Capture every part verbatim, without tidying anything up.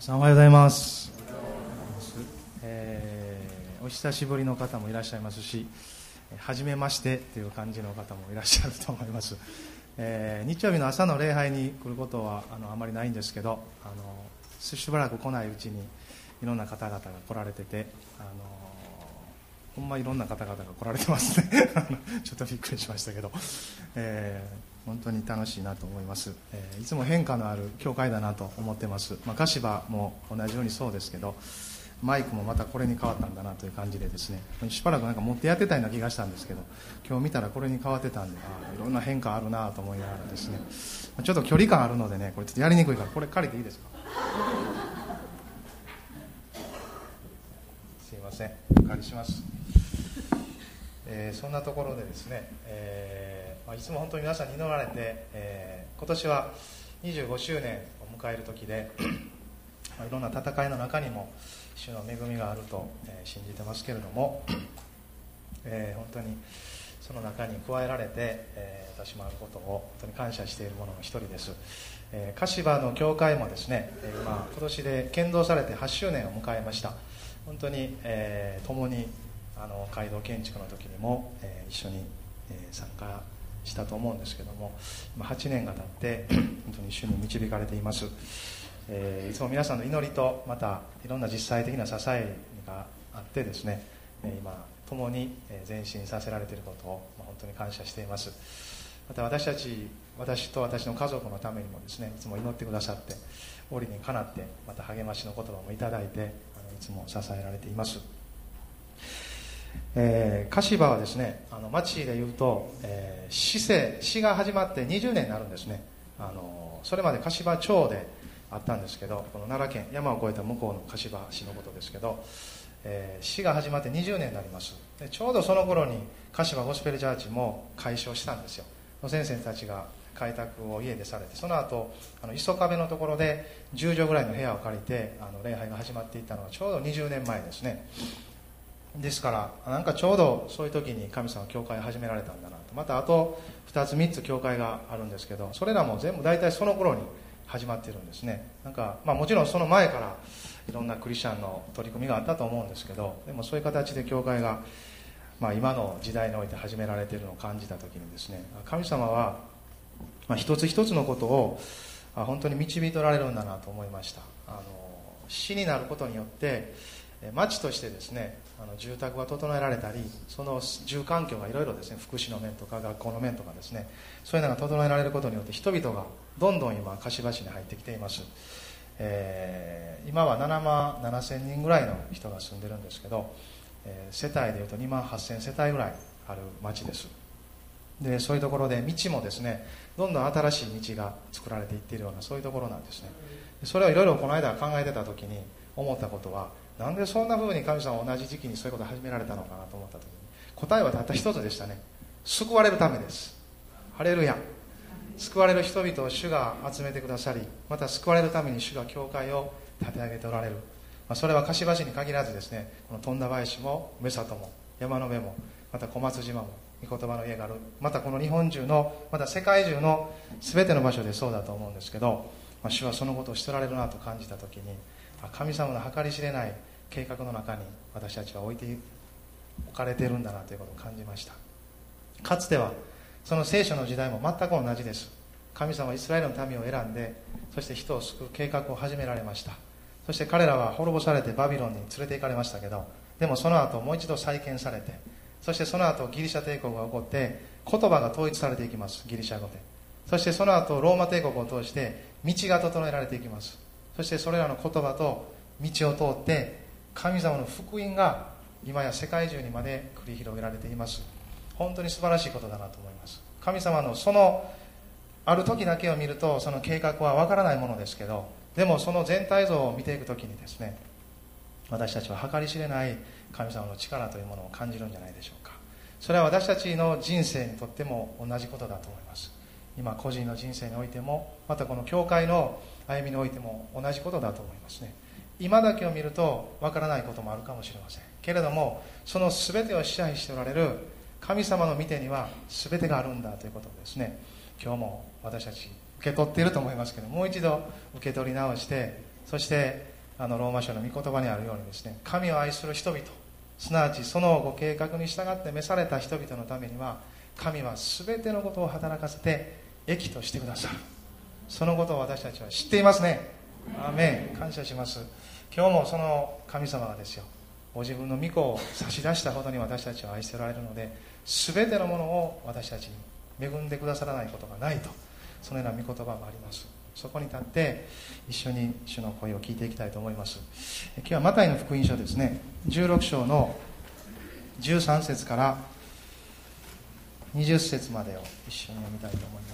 さんおはようございます、えー、お久しぶりの方もいらっしゃいますし、初めましてという感じの方もいらっしゃると思います、えー、日曜日の朝の礼拝に来ることはあのあまりないんですけど、あのしばらく来ないうちにいろんな方々が来られてて、あのほんまいろんな方々が来られてますねちょっとびっくりしましたけど、えー本当に楽しいなと思います、えー、いつも変化のある教会だなと思ってます、まあ、歌詞場も同じようにそうですけど、マイクもまたこれに変わったんだなという感じでですね、しばらくなんか持ってやってたような気がしたんですけど、今日見たらこれに変わってたんで、あいろんな変化あるなと思いながらですね、ちょっと距離感あるのでね、これちょっとやりにくいからこれ借りていいですかすいません、お借りします、えー、そんなところでですね、えーまあ、いつも本当に皆さんに祈られて、えー、今年はにじゅうごしゅうねんを迎える時でまあいろんな戦いの中にも主の恵みがあると、えー、信じてますけれども、えー、本当にその中に加えられて、えー、私もあることを本当に感謝している者の一人です、えー、柏の教会もですね、えー、今今年で建造されてはちしゅうねんを迎えました。本当に、えー、共にあの街道建築の時にも、えー、一緒に、えー、参加したと思うんですけども、今はちねんが経って本当に主に導かれています、えー、いつも皆さんの祈りとまたいろんな実際的な支えがあってですね、今共に前進させられていることを本当に感謝しています。また私たち私と私の家族のためにもですね、いつも祈ってくださって、折にかなってまた励ましの言葉もいただいて、あのいつも支えられています。えー、柏はですね、あの町でいうと、えー、市政市が始まってにじゅうねんになるんですね。あのそれまで柏町であったんですけど、この奈良県山を越えた向こうの柏市のことですけど、えー、市が始まってにじゅうねんになります。でちょうどその頃に柏ゴスペルチャーチも開所したんですよ。先生たちが開拓を家でされて、その後あの磯壁のところでじゅうじょうぐらいの部屋を借りてあの礼拝が始まっていったのはちょうどにじゅうねんまえですね。ですからなんかちょうどそういう時に神様は教会を始められたんだなと。またあとふたつみっつ教会があるんですけど、それらも全部大体その頃に始まっているんですね。なんか、まあ、もちろんその前からいろんなクリスチャンの取り組みがあったと思うんですけど、でもそういう形で教会が、まあ、今の時代において始められているのを感じた時にですね、神様は、まあ、一つ一つのことを本当に導いておられるんだなと思いました。あの死になることによって町としてですね、あの住宅が整えられたり、その住環境がいろいろですね、福祉の面とか学校の面とかですね、そういうのが整えられることによって人々がどんどん今柏市に入ってきています。えー、今はななまんななせんにんぐらいの人が住んでるんですけど、えー、世帯でいうとにまんはっせんせたいぐらいある町です。でそういうところで道もですね、どんどん新しい道が作られていっているような、そういうところなんですね。それをいろいろこの間考えてた時に思ったことは、なんでそんな風に神様は同じ時期にそういうことを始められたのかなと思った時に、答えはたった一つでしたね。救われるためです。ハレルヤ。救われる人々を主が集めてくださり、また救われるために主が教会を立て上げておられる、まあ、それは柏市に限らずですね、この富田林も目里も山の上も、また小松島も御言葉の家がある、またこの日本中の、また世界中の全ての場所でそうだと思うんですけど、まあ、主はそのことをしておられるなと感じたときに、神様の計り知れない計画の中に私たちは置いて置かれているんだなということを感じました。かつてはその聖書の時代も全く同じです。神様はイスラエルの民を選んで、そして人を救う計画を始められました。そして彼らは滅ぼされてバビロンに連れて行かれましたけど、でもその後もう一度再建されて、そしてその後ギリシャ帝国が起こって言葉が統一されていきます。ギリシャ語で。そしてその後ローマ帝国を通して道が整えられていきます。そしてそれらの言葉と道を通って神様の福音が今や世界中にまで繰り広げられています。本当に素晴らしいことだなと思います。神様のそのある時だけを見るとその計画はわからないものですけど、でもその全体像を見ていくときにですね、私たちは計り知れない神様の力というものを感じるんじゃないでしょうか。それは私たちの人生にとっても同じことだと思います。今個人の人生においても、またこの教会の歩みにおいても同じことだと思いますね。今だけを見るとわからないこともあるかもしれませんけれども、その全てを支配しておられる神様の御手には全てがあるんだということをですね、今日も私たち受け取っていると思いますけど、もう一度受け取り直して、そしてあのローマ書の御言葉にあるようにですね、神を愛する人々、すなわちそのご計画に従って召された人々のためには、神は全てのことを働かせて益としてくださる。そのことを私たちは知っていますね。アーメン。感謝します。今日もその神様がですよ、ご自分の御子を差し出したほどに私たちを愛しておられるので、全てのものを私たちに恵んでくださらないことがないと、そのような御言葉もあります。そこに立って一緒に主の声を聞いていきたいと思います。今日はマタイの福音書ですね、じゅうろく章のじゅうさん節からにじゅっ節までを一緒に読みたいと思います。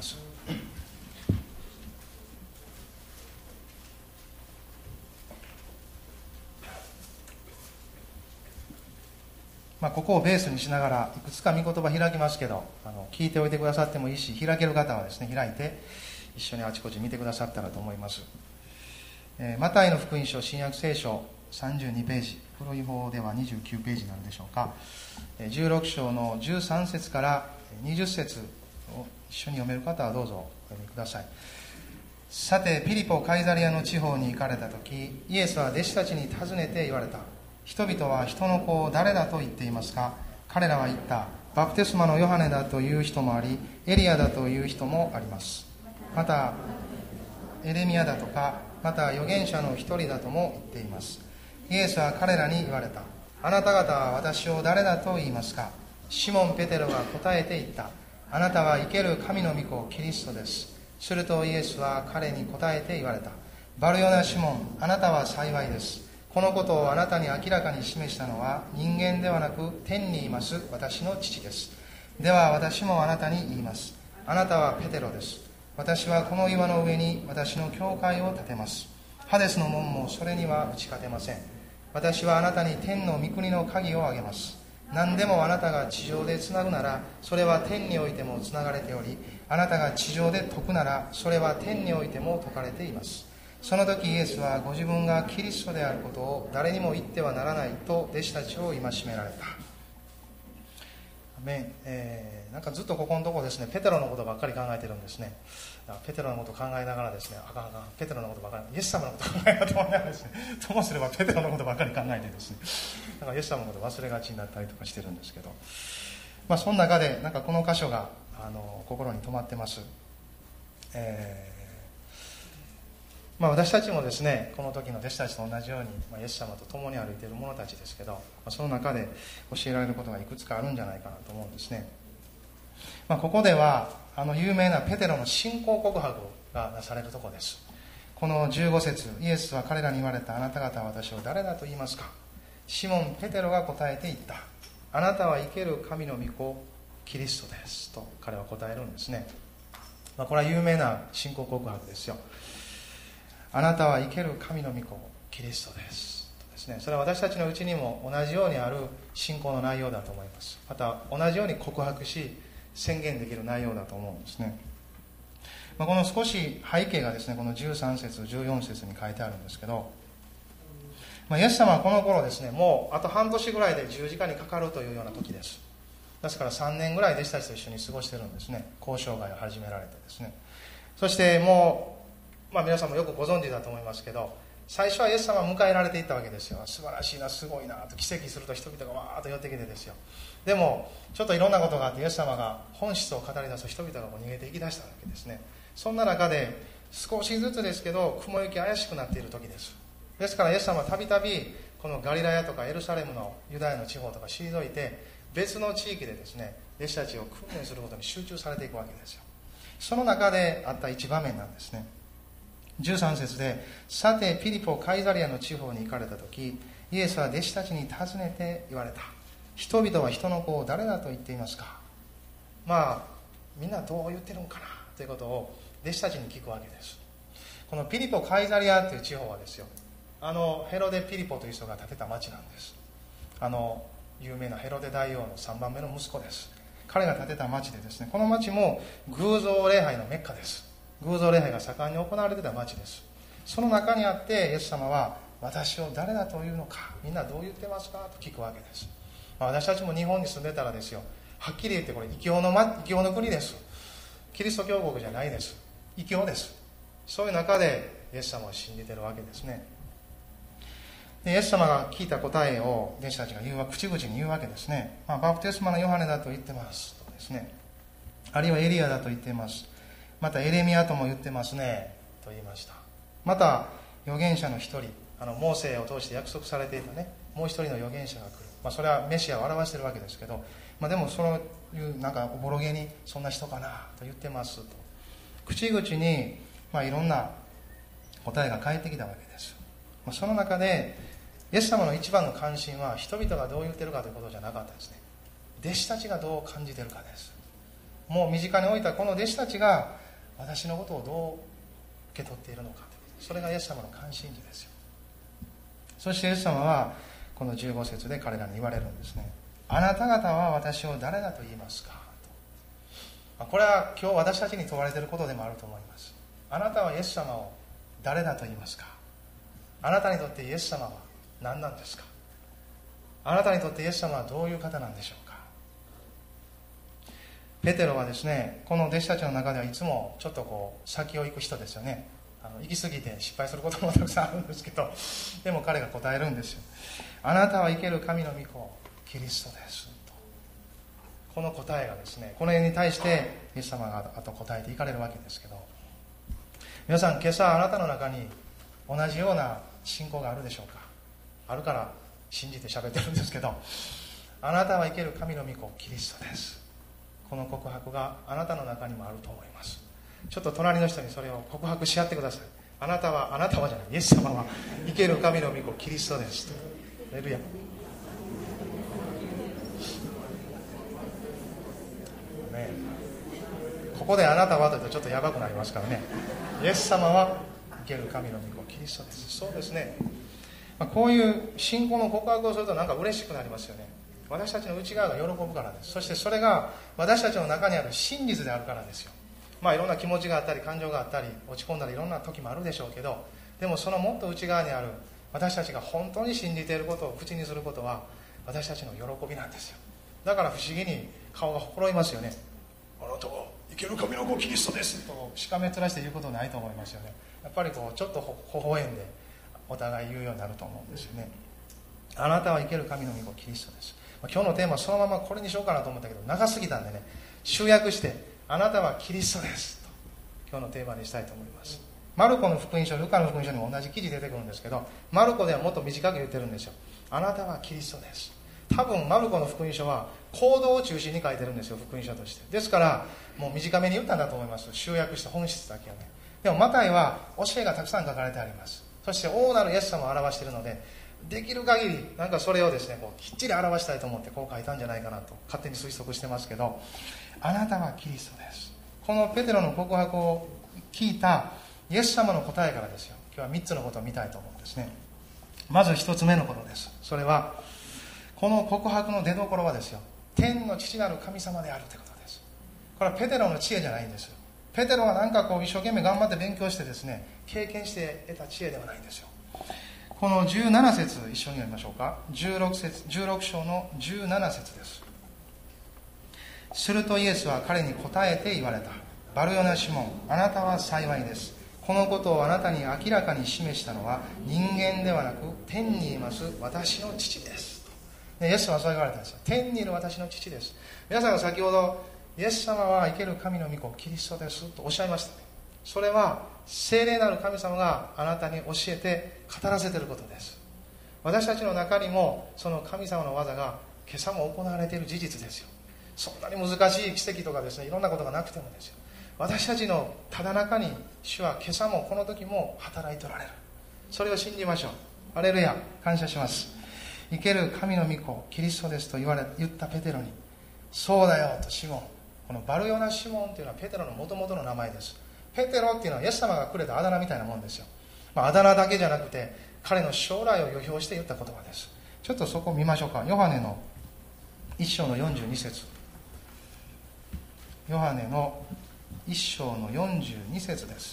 まあ、ここをベースにしながらいくつか御言葉開きますけど、あの聞いておいてくださってもいいし、開ける方はですね開いて一緒にあちこち見てくださったらと思います。えー、マタイの福音書新約聖書さんじゅうにページ、古い方ではにじゅうきゅうページになるでしょうか。じゅうろく章のじゅうさん節からにじゅっ節を一緒に読める方はどうぞお読みください。さてピリポカイザリアの地方に行かれた時、イエスは弟子たちに尋ねて言われた。人々は人の子を誰だと言っていますか。彼らは言った。バプテスマのヨハネだという人もあり、エリアだという人もあります。またエレミヤだとか、また預言者の一人だとも言っています。イエスは彼らに言われた。あなた方は私を誰だと言いますか。シモン・ペテロが答えて言った。あなたは生ける神の御子キリストです。するとイエスは彼に答えて言われた。バルヨナ・シモン、あなたは幸いです。このことをあなたに明らかに示したのは人間ではなく天にいます私の父です。では私もあなたに言います。あなたはペテロです。私はこの岩の上に私の教会を建てます。ハデスの門もそれには打ち勝てません。私はあなたに天の御国の鍵をあげます。何でもあなたが地上でつなぐならそれは天においてもつながれており、あなたが地上で解くならそれは天においても解かれています。その時イエスはご自分がキリストであることを誰にも言ってはならないと弟子たちを戒められた。アメン。えー、なんかずっとここのところですね、ペテロのことばっかり考えてるんですね。ペテロのことを考えながらですね、あかんあかん、ペテロのことばっかり、イエス様のことを考えようと思いながらですね、ともすればペテロのことばっかり考えてですね、なんかイエス様のことを忘れがちになったりとかしてるんですけど、まあその中でなんかこの箇所があの心に留まってます。えーまあ、私たちもですね、この時の弟子たちと同じように、まあ、イエス様と共に歩いている者たちですけど、まあ、その中で教えられることがいくつかあるんじゃないかなと思うんですね。まあ、ここではあの有名なペテロの信仰告白がなされるところです。このじゅうご節、イエスは彼らに言われた。あなた方は私を誰だと言いますか。シモン・ペテロが答えて言った。あなたは生ける神の御子キリストですと彼は答えるんですね。まあ、これは有名な信仰告白ですよ。あなたは生ける神の御子キリストですとですね、それは私たちのうちにも同じようにある信仰の内容だと思います。また同じように告白し宣言できる内容だと思うんですね。まあ、この少し背景がですね、このじゅうさん節じゅうよん節に書いてあるんですけど、まあ、イエス様はこの頃ですね、もうあと半年ぐらいで十字架にかかるというような時です。ですからさんねんぐらい弟子たちと一緒に過ごしてるんですね。交渉外を始められてですね、そしてもうまあ、皆さんもよくご存知だと思いますけど、最初はイエス様を迎えられていったわけですよ。素晴らしいな、すごいなと、奇跡すると人々がわーっと寄ってきてですよ。でもちょっといろんなことがあってイエス様が本質を語り出すと人々が逃げていきだしたわけですね。そんな中で少しずつですけど雲行き怪しくなっている時です。ですからイエス様はたびたびこのガリラヤとかエルサレムのユダヤの地方とか退いて別の地域でですね、弟子たちを訓練することに集中されていくわけですよ。その中であった一場面なんですね。じゅうさん節で、さてピリポカイザリアの地方に行かれた時、イエスは弟子たちに尋ねて言われた。人々は人の子を誰だと言っていますか。まあみんなどう言ってるんかなということを弟子たちに聞くわけです。このピリポカイザリアという地方はですよ、あのヘロデ・ピリポという人が建てた町なんです。あの有名なヘロデ大王のさんばんめの息子です。彼が建てた町でですね、この町も偶像礼拝のメッカです。偶像礼拝が盛んに行われていた町です。その中にあってイエス様は私を誰だというのか、みんなどう言ってますかと聞くわけです。まあ、私たちも日本に住んでたらですよ、はっきり言ってこれ異教の、異教の国です。キリスト教国じゃないです。異教です。そういう中でイエス様を信じているわけですね。 でイエス様が聞いた答えを弟子たちが言うわ口々に言うわけですね、まあ、バプテスマのヨハネだと言ってますとですね、あるいはエリアだと言っています、またエレミヤとも言ってますねと言いました。また預言者の一人、あのモーセを通して約束されていたね、もう一人の預言者が来る、まあ、それはメシアを表しているわけですけど、まあ、でもそういうなんかおぼろげにそんな人かなと言ってますと口々に、まあ、いろんな答えが返ってきたわけです。まあ、その中でイエス様の一番の関心は人々がどう言ってるかということじゃなかったですね。弟子たちがどう感じているかです。もう身近に置いたこの弟子たちが私のことをどう受け取っているのか、それがイエス様の関心事ですよ。そしてイエス様はこのじゅうご節で彼らに言われるんですね。あなた方は私を誰だと言いますかと。これは今日私たちに問われていることでもあると思います。あなたはイエス様を誰だと言いますか。あなたにとってイエス様は何なんですか。あなたにとってイエス様はどういう方なんでしょうか。ペテロはですね、この弟子たちの中ではいつもちょっとこう先を行く人ですよね。あの行き過ぎて失敗することもたくさんあるんですけど、でも彼が答えるんですよ。あなたは生ける神の御子キリストですと。この答えがですね、この絵に対してイエス様があと答えていかれるわけですけど、皆さん今朝あなたの中に同じような信仰があるでしょうか。あるから信じて喋ってるんですけど、あなたは生ける神の御子キリストです、この告白があなたの中にもあると思います。ちょっと隣の人にそれを告白し合ってください。あなたは、あなたはじゃない、イエス様は生ける神の御子キリストですと。レルヤ、ね、ここであなたはというとちょっとやばくなりますからね。イエス様は生ける神の御子キリストです。そうですね、まあ、こういう信仰の告白をするとなんか嬉しくなりますよね。私たちの内側が喜ぶからです。そしてそれが私たちの中にある真実であるからですよ。まあいろんな気持ちがあったり感情があったり落ち込んだりいろんな時もあるでしょうけど、でもそのもっと内側にある私たちが本当に信じていることを口にすることは私たちの喜びなんですよ。だから不思議に顔がほころいますよね。あなたは生ける神の子キリストですとしかめっ面して言うことないと思いますよね。やっぱりこうちょっとほ微笑んでお互い言うようになると思うんですよね。あなたは生ける神の御子キリストです。今日のテーマはそのままこれにしようかなと思ったけど長すぎたんでね、集約してあなたはキリストですと今日のテーマにしたいと思います。マルコの福音書、ルカの福音書にも同じ記事出てくるんですけど、マルコではもっと短く言ってるんですよ。あなたはキリストです。多分マルコの福音書は行動を中心に書いてるんですよ、福音書として。ですからもう短めに言ったんだと思います、集約した本質だけはね。でもマタイは教えがたくさん書かれてあります。そして大なるイエス様を表しているので、できる限りなんかそれをですねこうきっちり表したいと思ってこう書いたんじゃないかなと勝手に推測してますけど、あなたはキリストです。このペテロの告白を聞いたイエス様の答えからですよ、今日はみっつのことを見たいと思うんですね。まずひとつめのことです。それはこの告白の出どころはですよ、天の父なる神様であるということです。これはペテロの知恵じゃないんですよ。ペテロはなんかこう一生懸命頑張って勉強してですね経験して得た知恵ではないんですよ。このじゅうなな節一緒に読みましょうか。じゅうろく節、じゅうろく章のじゅうなな節です。するとイエスは彼に答えて言われた。バルヨナシモン、あなたは幸いです。このことをあなたに明らかに示したのは人間ではなく天にいます私の父です。イエスはそう言われたんですよ。天にいる私の父です。皆さんが先ほどイエス様は生ける神の御子キリストですとおっしゃいましたね。それは聖霊なる神様があなたに教えて語らせていることです。私たちの中にもその神様の技が今朝も行われている事実ですよ。そんなに難しい奇跡とかですねいろんなことがなくてもですよ、私たちのただ中に主は今朝もこの時も働いておられる。それを信じましょう。ハレルヤ、感謝します。生ける神の御子キリストですと言われ言ったペテロに、そうだよとシモン、このバルヨナシモンというのはペテロの元々の名前です。ペテロっていうのはイエス様がくれたあだ名みたいなもんですよ。まあ、あだ名だけじゃなくて彼の将来を予表して言った言葉です。ちょっとそこを見ましょうか。ヨハネの一章のよんじゅうに節、ヨハネの一章のよんじゅうに節です。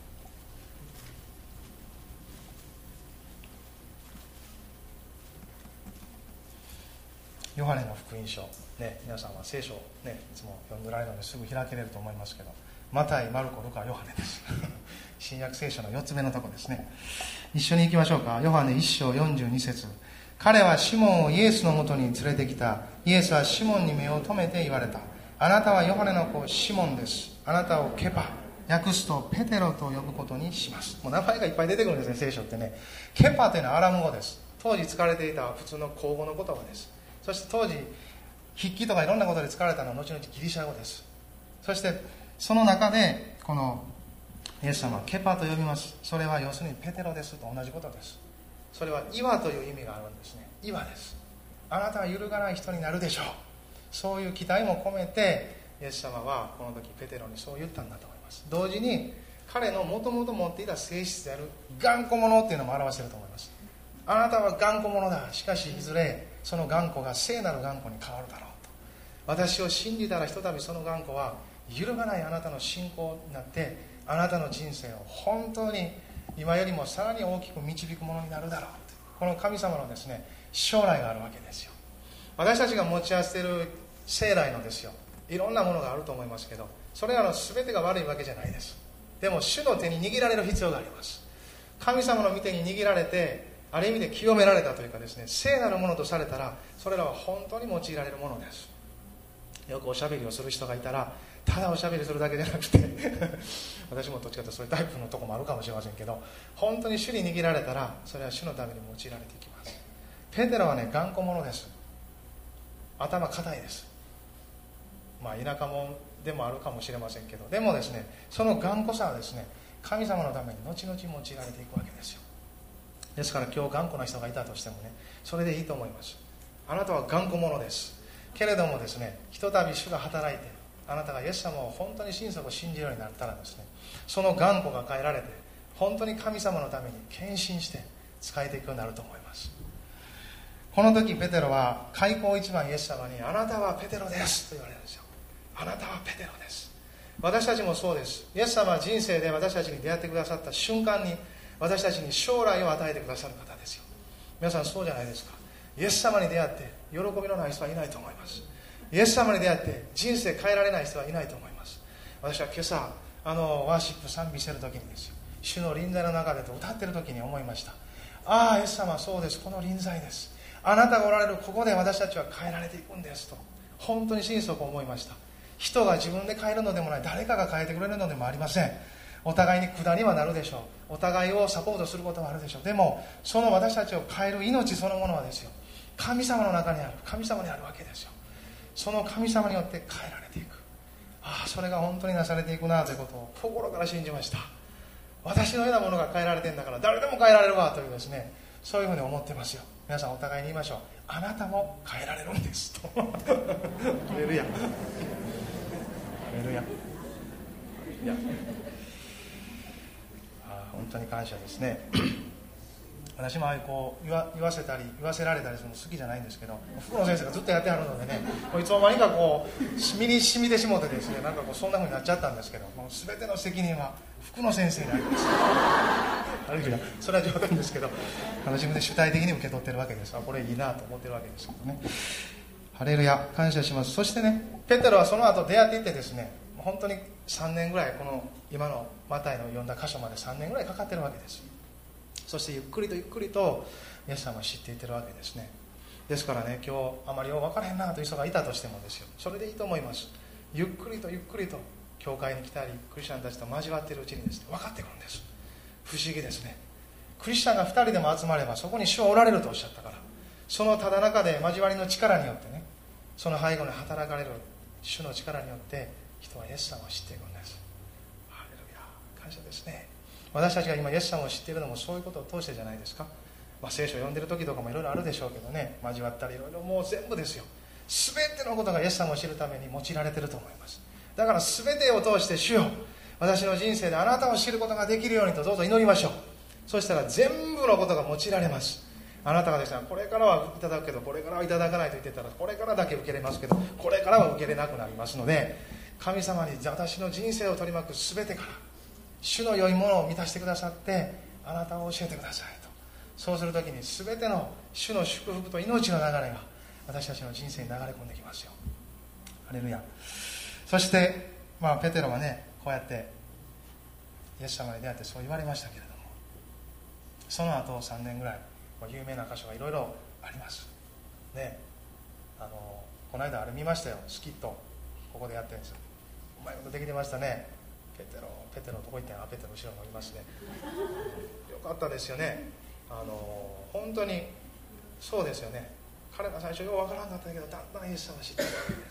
ヨハネの福音書、ね、皆さんは聖書を、ね、いつも読んでられるのですぐ開けれると思いますけど、マタイ、マルコ、ルカ、ヨハネです新約聖書のよっつめのとこですね。一緒に行きましょうか。ヨハネいっ章よんじゅうに節。彼はシモンをイエスのもとに連れてきた。イエスはシモンに目を留めて言われた。あなたはヨハネの子シモンです。あなたをケパ、訳すとペテロと呼ぶことにします。もう名前がいっぱい出てくるんですね、聖書ってね。ケパというのはアラム語です。当時使われていた普通の口語の言葉です。そして当時筆記とかいろんなことで使われたのは後々ギリシャ語です。そしてその中でこのイエス様はケパと呼びます。それは要するにペテロですと同じことです。それは岩という意味があるんですね。岩です。あなたは揺るがない人になるでしょう。そういう期待も込めてイエス様はこの時ペテロにそう言ったんだと思います。同時に彼のもともと持っていた性質である頑固者っていうのも表していると思います。あなたは頑固者だ。しかしいずれその頑固が聖なる頑固に変わるだろうと。私を信じたらひとたびその頑固は揺るがないあなたの信仰になってあなたの人生を本当に今よりもさらに大きく導くものになるだろうと。この神様のですね将来があるわけですよ。私たちが持ち合わせている生来のですよ、いろんなものがあると思いますけど、それらの全てが悪いわけじゃないです。でも主の手に握られる必要があります。神様の御手に握られてある意味で清められたというかですね、聖なるものとされたらそれらは本当に用いられるものです。よくおしゃべりをする人がいたらただおしゃべりするだけじゃなくて私もどっちかというとそういうタイプのところもあるかもしれませんけど、本当に主に握られたらそれは主のために用いられていきます。ペテロはね頑固者です。頭固いです。まあ田舎者でもあるかもしれませんけど、でもですねその頑固さはですね神様のために後々用いられていくわけですよ。ですから今日頑固な人がいたとしてもねそれでいいと思います。あなたは頑固者ですけれどもですね、ひとたび主が働いてあなたがイエス様を本当に心底信じるようになったらですね、その頑固が変えられて本当に神様のために献身して仕えていくようになると思います。この時ペテロは開口一番イエス様にあなたはペテロですと言われるんですよ。あなたはペテロです。私たちもそうです。イエス様は人生で私たちに出会ってくださった瞬間に私たちに将来を与えてくださる方ですよ。皆さんそうじゃないですか。イエス様に出会って喜びのない人はいないと思います。イエス様に出会って人生変えられない人はいないと思います。私は今朝あのワーシップ賛美してる時にですよ、主の臨在の中でと歌ってる時に思いました。ああイエス様そうです、この臨在です。あなたがおられるここで私たちは変えられていくんですと本当に心底思いました。人が自分で変えるのでもない、誰かが変えてくれるのでもありません。お互いに下りはなるでしょう。お互いをサポートすることはあるでしょう。でもその私たちを変える命そのものはですよ、神様の中にある、神様にあるわけですよ。その神様によって変えられていく。ああそれが本当になされていくなということを心から信じました。私のようなものが変えられてんだから誰でも変えられるわというですね、そういうふうに思ってますよ。皆さんお互いに言いましょう。あなたも変えられるんですとハレルヤハレルヤ。いやあ本当に感謝ですね。私もああいうこう言わ、言わせたり言わせられたりするの好きじゃないんですけど、福野先生がずっとやってはるのでね、いつの間にかこう身に染みてしもてですね、なんかこうそんな風になっちゃったんですけど、もう全ての責任は福野先生にあります。あるいはそれは冗談ですけど、自分で主体的に受け取ってるわけです。これいいなと思ってるわけですけどね。ハレルヤ、感謝します。そしてね、ペテロはその後出会っていってですね、本当にさんねんぐらいこの今のマタイの読んだ箇所までさんねんぐらいかかってるわけです。そしてゆっくりとゆっくりとイエス様を知っていってるわけですね。ですからね、今日あまりよう分からへんなという人がいたとしてもですよ、それでいいと思います。ゆっくりとゆっくりと教会に来たりクリスチャンたちと交わっているうちにですね、分かってくるんです。不思議ですね。クリスチャンがふたりでも集まればそこに主はおられるとおっしゃったから、そのただ中で交わりの力によってね、その背後に働かれる主の力によって人はイエス様を知っていくんです。ハレルヤ、感謝ですね。私たちが今イエス様を知っているのもそういうことを通してじゃないですか。まあ、聖書を読んでる時とかもいろいろあるでしょうけどね、交わったりいろいろもう全部ですよ。全てのことがイエス様を知るために用いられていると思います。だから全てを通して主よ、私の人生であなたを知ることができるようにとどうぞ祈りましょう。そしたら全部のことが用いられます。あなたがですね、これからはいただくけどこれからはいただかないと言ってたら、これからだけ受けれますけどこれからは受けれなくなりますので、神様に私の人生を取り巻く全てから主の良いものを満たしてくださってあなたを教えてくださいと。そうするときに全ての主の祝福と命の流れが私たちの人生に流れ込んできますよ。ハレルヤ。そして、まあ、ペテロはねこうやってイエス様に出会ってそう言われましたけれども、その後さんねんぐらい有名な箇所がいろいろありますね。あのこの間あれ見ましたよ、スキット、ここでやってるんですよ。うまいことできてましたね。ペテロペテロどこ行ってん、あペテロ後ろもいますね。よかったですよね。あの本当にそうですよね。彼が最初ようわからんかったけど、だんだんイエス様を知っているわけです。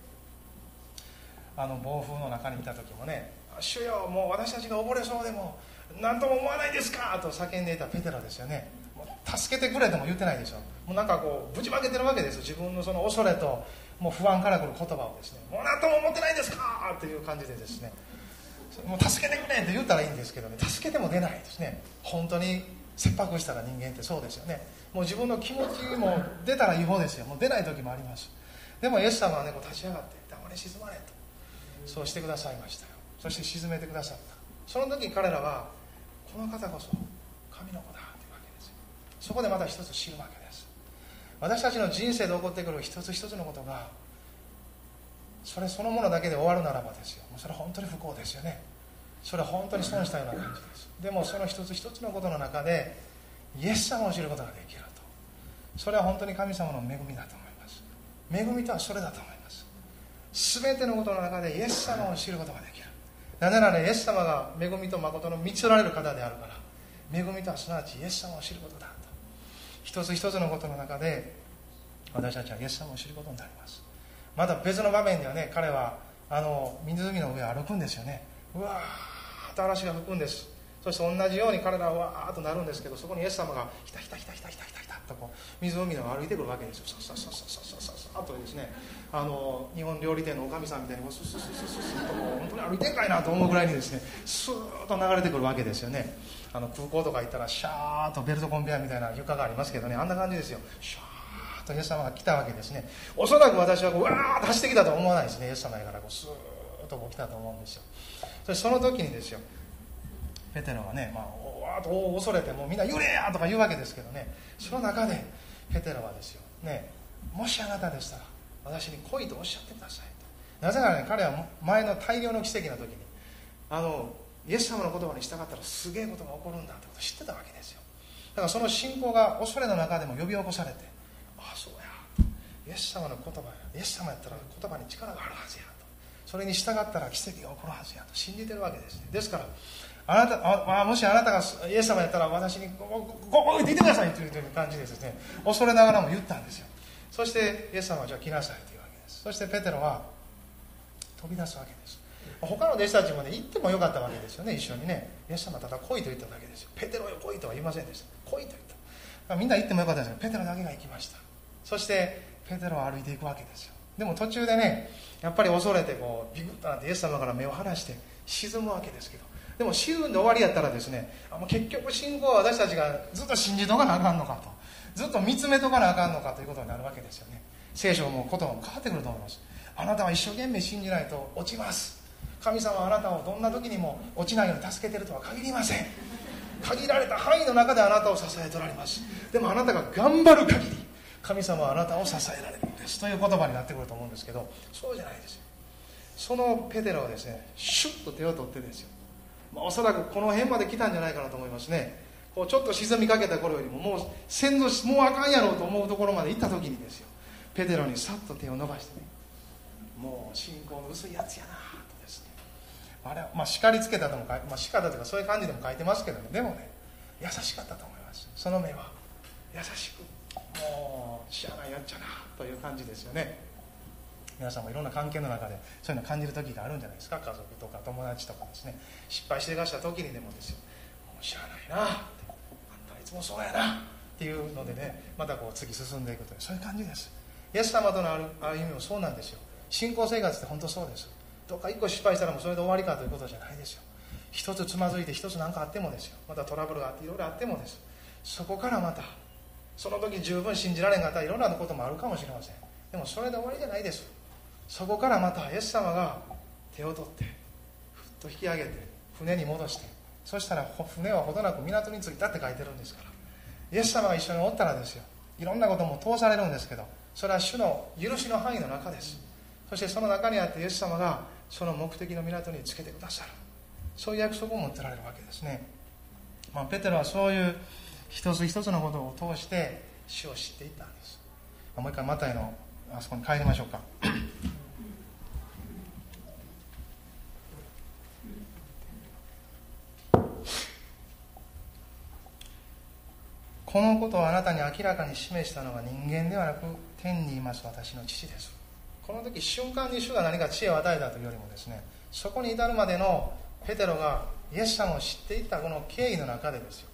あの暴風の中にいた時もね、主よ、もう私たちが溺れそうでも何とも思わないですかと叫んでいたペテロですよね。助けてくれとも言ってないでしょ。もうなんかこうぶちまけてるわけですよ。自分のその恐れともう不安からくる言葉をですね、もう何とも思ってないですかという感じでですね、もう助けてくれって言ったらいいんですけどね、助けても出ないですね。本当に切迫したら人間ってそうですよね。もう自分の気持ちも出たら違法ですよ。もう出ない時もあります。でもイエス様はね、こう立ち上がって黙れ沈まれとそうしてくださいましたよ。そして沈めてくださった。その時彼らはこの方こそ神の子だというわけですよ。そこでまた一つ知るわけです。私たちの人生で起こってくる一つ一つのことがそれそのものだけで終わるならばですよ、もうそれは本当に不幸ですよね。それは本当に損したような感じです。でもその一つ一つのことの中でイエス様を知ることができると、それは本当に神様の恵みだと思います。恵みとはそれだと思います。全てのことの中でイエス様を知ることができる。なぜならイエス様が恵みと誠の満ちられる方であるから。恵みとはすなわちイエス様を知ることだと。一つ一つのことの中で私たちはイエス様を知ることになります。また別の場面ではね、彼はあの湖の上を歩くんですよね。うわーっと嵐が吹くんです。そして同じように彼らはわーっとなるんですけど、そこにイエス様がひたひたひたひたひたひたひたとこう湖の上を歩いてくるわけですよ。ささささささささとですね、あの日本料理店のおかみさんみたいにススススススともう本当に歩いてんかいなと思うぐらいにですね、スーッと流れてくるわけですよね。あの空港とか行ったらシャーッとベルトコンベヤーみたいな床がありますけどね、あんな感じですよ。シャーッとイエス様が来たわけですね。おそらく私はこうわーっと走ってきたとは思わないですね。イエス様やからこうスーッとこう来たと思うんですよ。そしてその時にですよ、ペテロはね、まあ、おわーっと恐れてもうみんな揺れやとか言うわけですけどね、その中でペテロはですよね、もしあなたでしたら私に来いとおっしゃってくださいと。なぜならね、彼は前の大量の奇跡の時にあのイエス様の言葉に従ったらすげえことが起こるんだってことを知ってたわけですよ。だからその信仰が恐れの中でも呼び起こされて、ああそうやと、イエス様の言葉や、イエス様やったら言葉に力があるはずやと、それに従ったら奇跡が起こるはずやと信じてるわけですね。ですからあなたあもしあなたがイエス様やったら私にここここ行ってきてくださいという感じでですね、恐れながらも言ったんですよ。そしてイエス様はじゃあ来なさいというわけです。そしてペテロは飛び出すわけです。他の弟子たちもね、行ってもよかったわけですよね、一緒にね。イエス様ただ来いと言っただけですよ。ペテロよ来いとは言いませんでした。来いと言った。みんな行ってもよかったんですけど、ペテロだけが行きました。そしてペテロは歩いていくわけですよ。でも途中でね、やっぱり恐れてこうビクッとなってイエス様から目を離して沈むわけですけど、でも沈んで終わりやったらですね、あもう結局信仰は私たちがずっと信じとかなあかんのかと、ずっと見つめとかなあかんのかということになるわけですよね。聖書も言葉も変わってくると思います。あなたは一生懸命信じないと落ちます。神様はあなたをどんな時にも落ちないように助けているとは限りません。限られた範囲の中であなたを支えておられます。でもあなたが頑張る限り神様はあなたを支えられるんですという言葉になってくると思うんですけど、そうじゃないですよ。そのペテロはですね、シュッと手を取ってですよ、まあ、おそらくこの辺まで来たんじゃないかなと思いますね。こうちょっと沈みかけた頃よりももう先祖もうあかんやろうと思うところまで行った時にですよ、ペテロにさっと手を伸ばしてね、もう信仰の薄いやつやなとですね、あれはまあ叱りつけたとも書いて、まあ、叱ったというかそういう感じでも書いてますけどね、でもね優しかったと思います。その目は優しく、もうしゃあないやっちゃなという感じですよね。皆さんもいろんな関係の中でそういうのを感じる時があるんじゃないですか。家族とか友達とかですね、失敗してがした時にでもですよ、もうしゃあないなって、あんたいつもそうやなっていうのでね、またこう次進んでいくという、そういう感じです。イエス様との歩みもそうなんですよ。信仰生活って本当そうです。どっか一個失敗したらもうそれで終わりかということじゃないですよ。一つつまずいて一つ何かあってもですよ、またトラブルがあっていろいろあってもです、そこからまたその時十分信じられんかったらいろんなこともあるかもしれません。でもそれで終わりじゃないです。そこからまたイエス様が手を取ってふっと引き上げて船に戻して、そしたら船はほどなく港に着いたって書いてるんですから、イエス様が一緒におったらですよ、いろんなことも通されるんですけど、それは主の許しの範囲の中です。そしてその中にあってイエス様がその目的の港につけてくださる。 そういう約束を持ってられるわけですね。まあ、ペテロはそういう一つ一つのことを通して主を知っていったんです。まあ、もう一回マタイのあそこに帰りましょうか。このことをあなたに明らかに示したのは人間ではなく天にいます私の父です。この時瞬間に主が何か知恵を与えたというよりもですね、そこに至るまでのペテロがイエス様を知っていったこの経緯の中でですよ、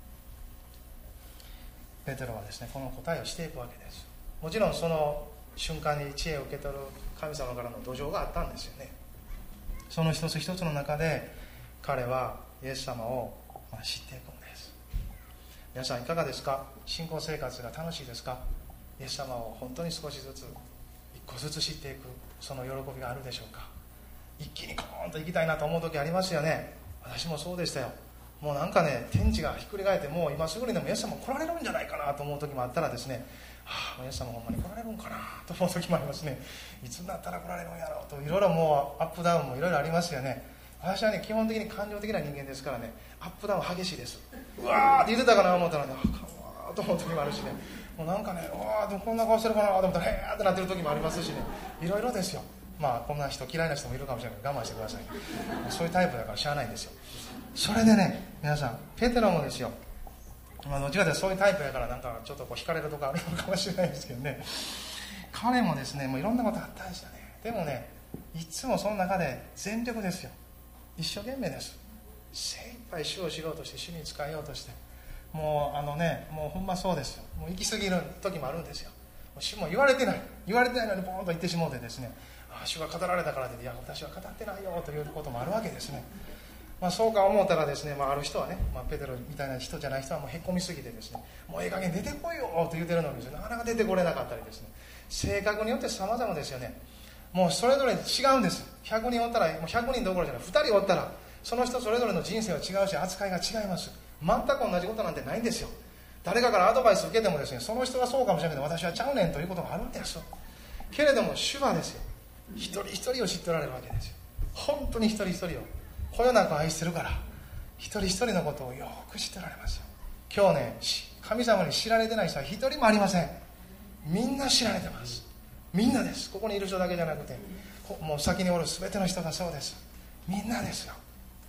ペテロはですねこの答えをしていくわけです。もちろんその瞬間に知恵を受け取る神様からの土壌があったんですよね。その一つ一つの中で彼はイエス様を知っていくんです。皆さんいかがですか？信仰生活が楽しいですか？イエス様を本当に少しずつ一個ずつ知っていくその喜びがあるでしょうか？一気にコーンと行きたいなと思う時ありますよね。私もそうでしたよ。もうなんかね天地がひっくり返ってもう今すぐにでもイエス様来られるんじゃないかなと思う時もあったらですね、はあ、イエス様ほんまに来られるんかなと思う時もありますね。いつになったら来られるんやろうといろいろもうアップダウンもいろいろありますよね。私はね基本的に感情的な人間ですからね、アップダウン激しいです。うわーって言ってたかな思ったらね、あかんわーと思う時もあるしね、もうなんかね、うわーでもこんな顔してるかなと思ったらへーってなってる時もありますしね、いろいろですよ。まあこんな人嫌いな人もいるかもしれないけど我慢してください。そういうタイプだからしゃあないんですよ。それでね皆さんペテロもですよ、まあ、どっちかというとそういうタイプやからなんかちょっとこう惹かれるとこあるのかもしれないですけどね、彼もですねもういろんなことあったんですよね。でもねいつもその中で全力ですよ。一生懸命です。精一杯主を知ろうとして主に仕えようとして、もうあのねもうほんまそうですよ。もう行き過ぎる時もあるんですよ。主も言われてない言われてないのにポーンと言ってしもうてですね、あ主が語られたからでいや私は語ってないよということもあるわけですね。まあ、そうか思うたらですね、まあ、ある人はね、まあ、ペテロみたいな人じゃない人はもうへこみすぎてですね、もうええ加減出てこいよと言ってるのにですね、なかなか出てこれなかったりですね、性格によって様々ですよね。もうそれぞれ違うんです。ひゃくにんおったらもうひゃくにんどころじゃない、ふたりおったらその人それぞれの人生は違うし扱いが違います。全く同じことなんてないんですよ。誰かからアドバイス受けてもですね、その人はそうかもしれないけど私はちゃうねんということがあるわけですよ。けれども主はですよ、一人一人を知っておられるわけですよ。本当に一人一人をこよなく愛してるから一人一人のことをよく知っておられますよ。今日ね神様に知られてない人は一人もありません。みんな知られてます。みんなです。ここにいる人だけじゃなくてもう先におる全ての人がそうです。みんなですよ。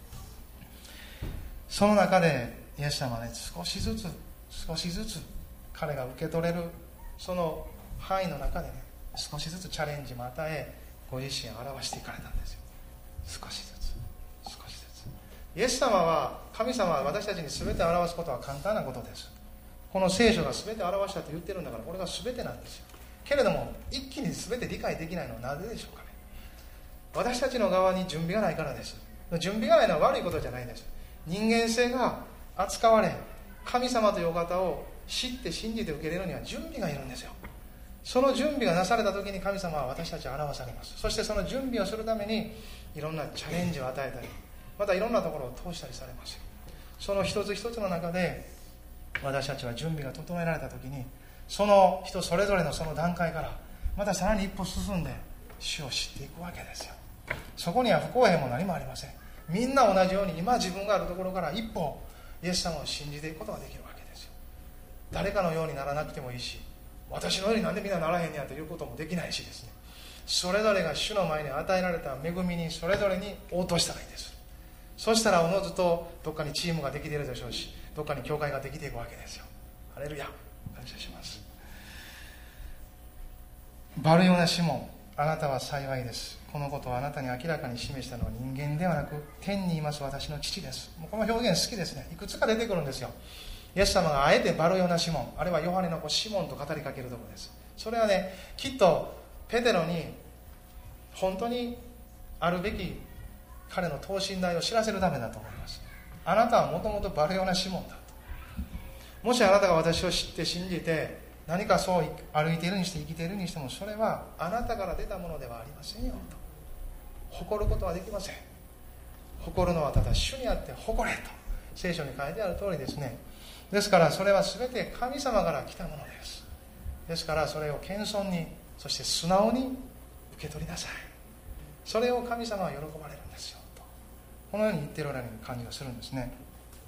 その中でイエス様はね少しずつ少しずつ彼が受け取れるその範囲の中でね少しずつチャレンジも与えご自身を表していかれたんですよ。少しずつ少しずつイエス様は神様は私たちに全てを表すことは簡単なことです。この聖書が全てを表したと言ってるんだからこれが全てなんですよ。けれども一気に全て理解できないのはなぜでしょうかね。私たちの側に準備がないからです。準備がないのは悪いことじゃないです。人間性が扱われ神様というお方を知って信じて受け入れるには準備がいるんですよ。その準備がなされた時に神様は私たちを表されます。そしてその準備をするためにいろんなチャレンジを与えたりまたいろんなところを通したりされますよ。その一つ一つの中で私たちは準備が整えられた時にその人それぞれのその段階からまたさらに一歩進んで主を知っていくわけですよ。そこには不公平も何もありません。みんな同じように今自分があるところから一歩イエス様を信じていくことができるわけですよ。誰かのようにならなくてもいいし私のようになんでみんなならへんねやということもできないしですね、それぞれが主の前に与えられた恵みにそれぞれに応答したらいいんです。そしたらおのずとどっかにチームができているでしょうしどっかに教会ができていくわけですよ。ハレルヤ、感謝します。バルヨナシモン、あなたは幸いです。このことをあなたに明らかに示したのは人間ではなく天にいます私の父です。もうこの表現好きですね。いくつか出てくるんですよ。イエス様があえてバルヨナシモンあるいはヨハネの子シモンと語りかけるところです。それはねきっとペテロに本当にあるべき彼の等身大を知らせるためだと思います。あなたはもともとバルヨナシモンだと。もしあなたが私を知って信じて何かそう歩いているにして生きているにしてもそれはあなたから出たものではありませんよと。誇ることはできません。誇るのはただ主にあって誇れと聖書に書いてある通りですね。ですからそれは全て神様から来たものです。ですからそれを謙遜にそして素直に受け取りなさい。それを神様は喜ばれるんですよとこのように言っているような感じがするんですね。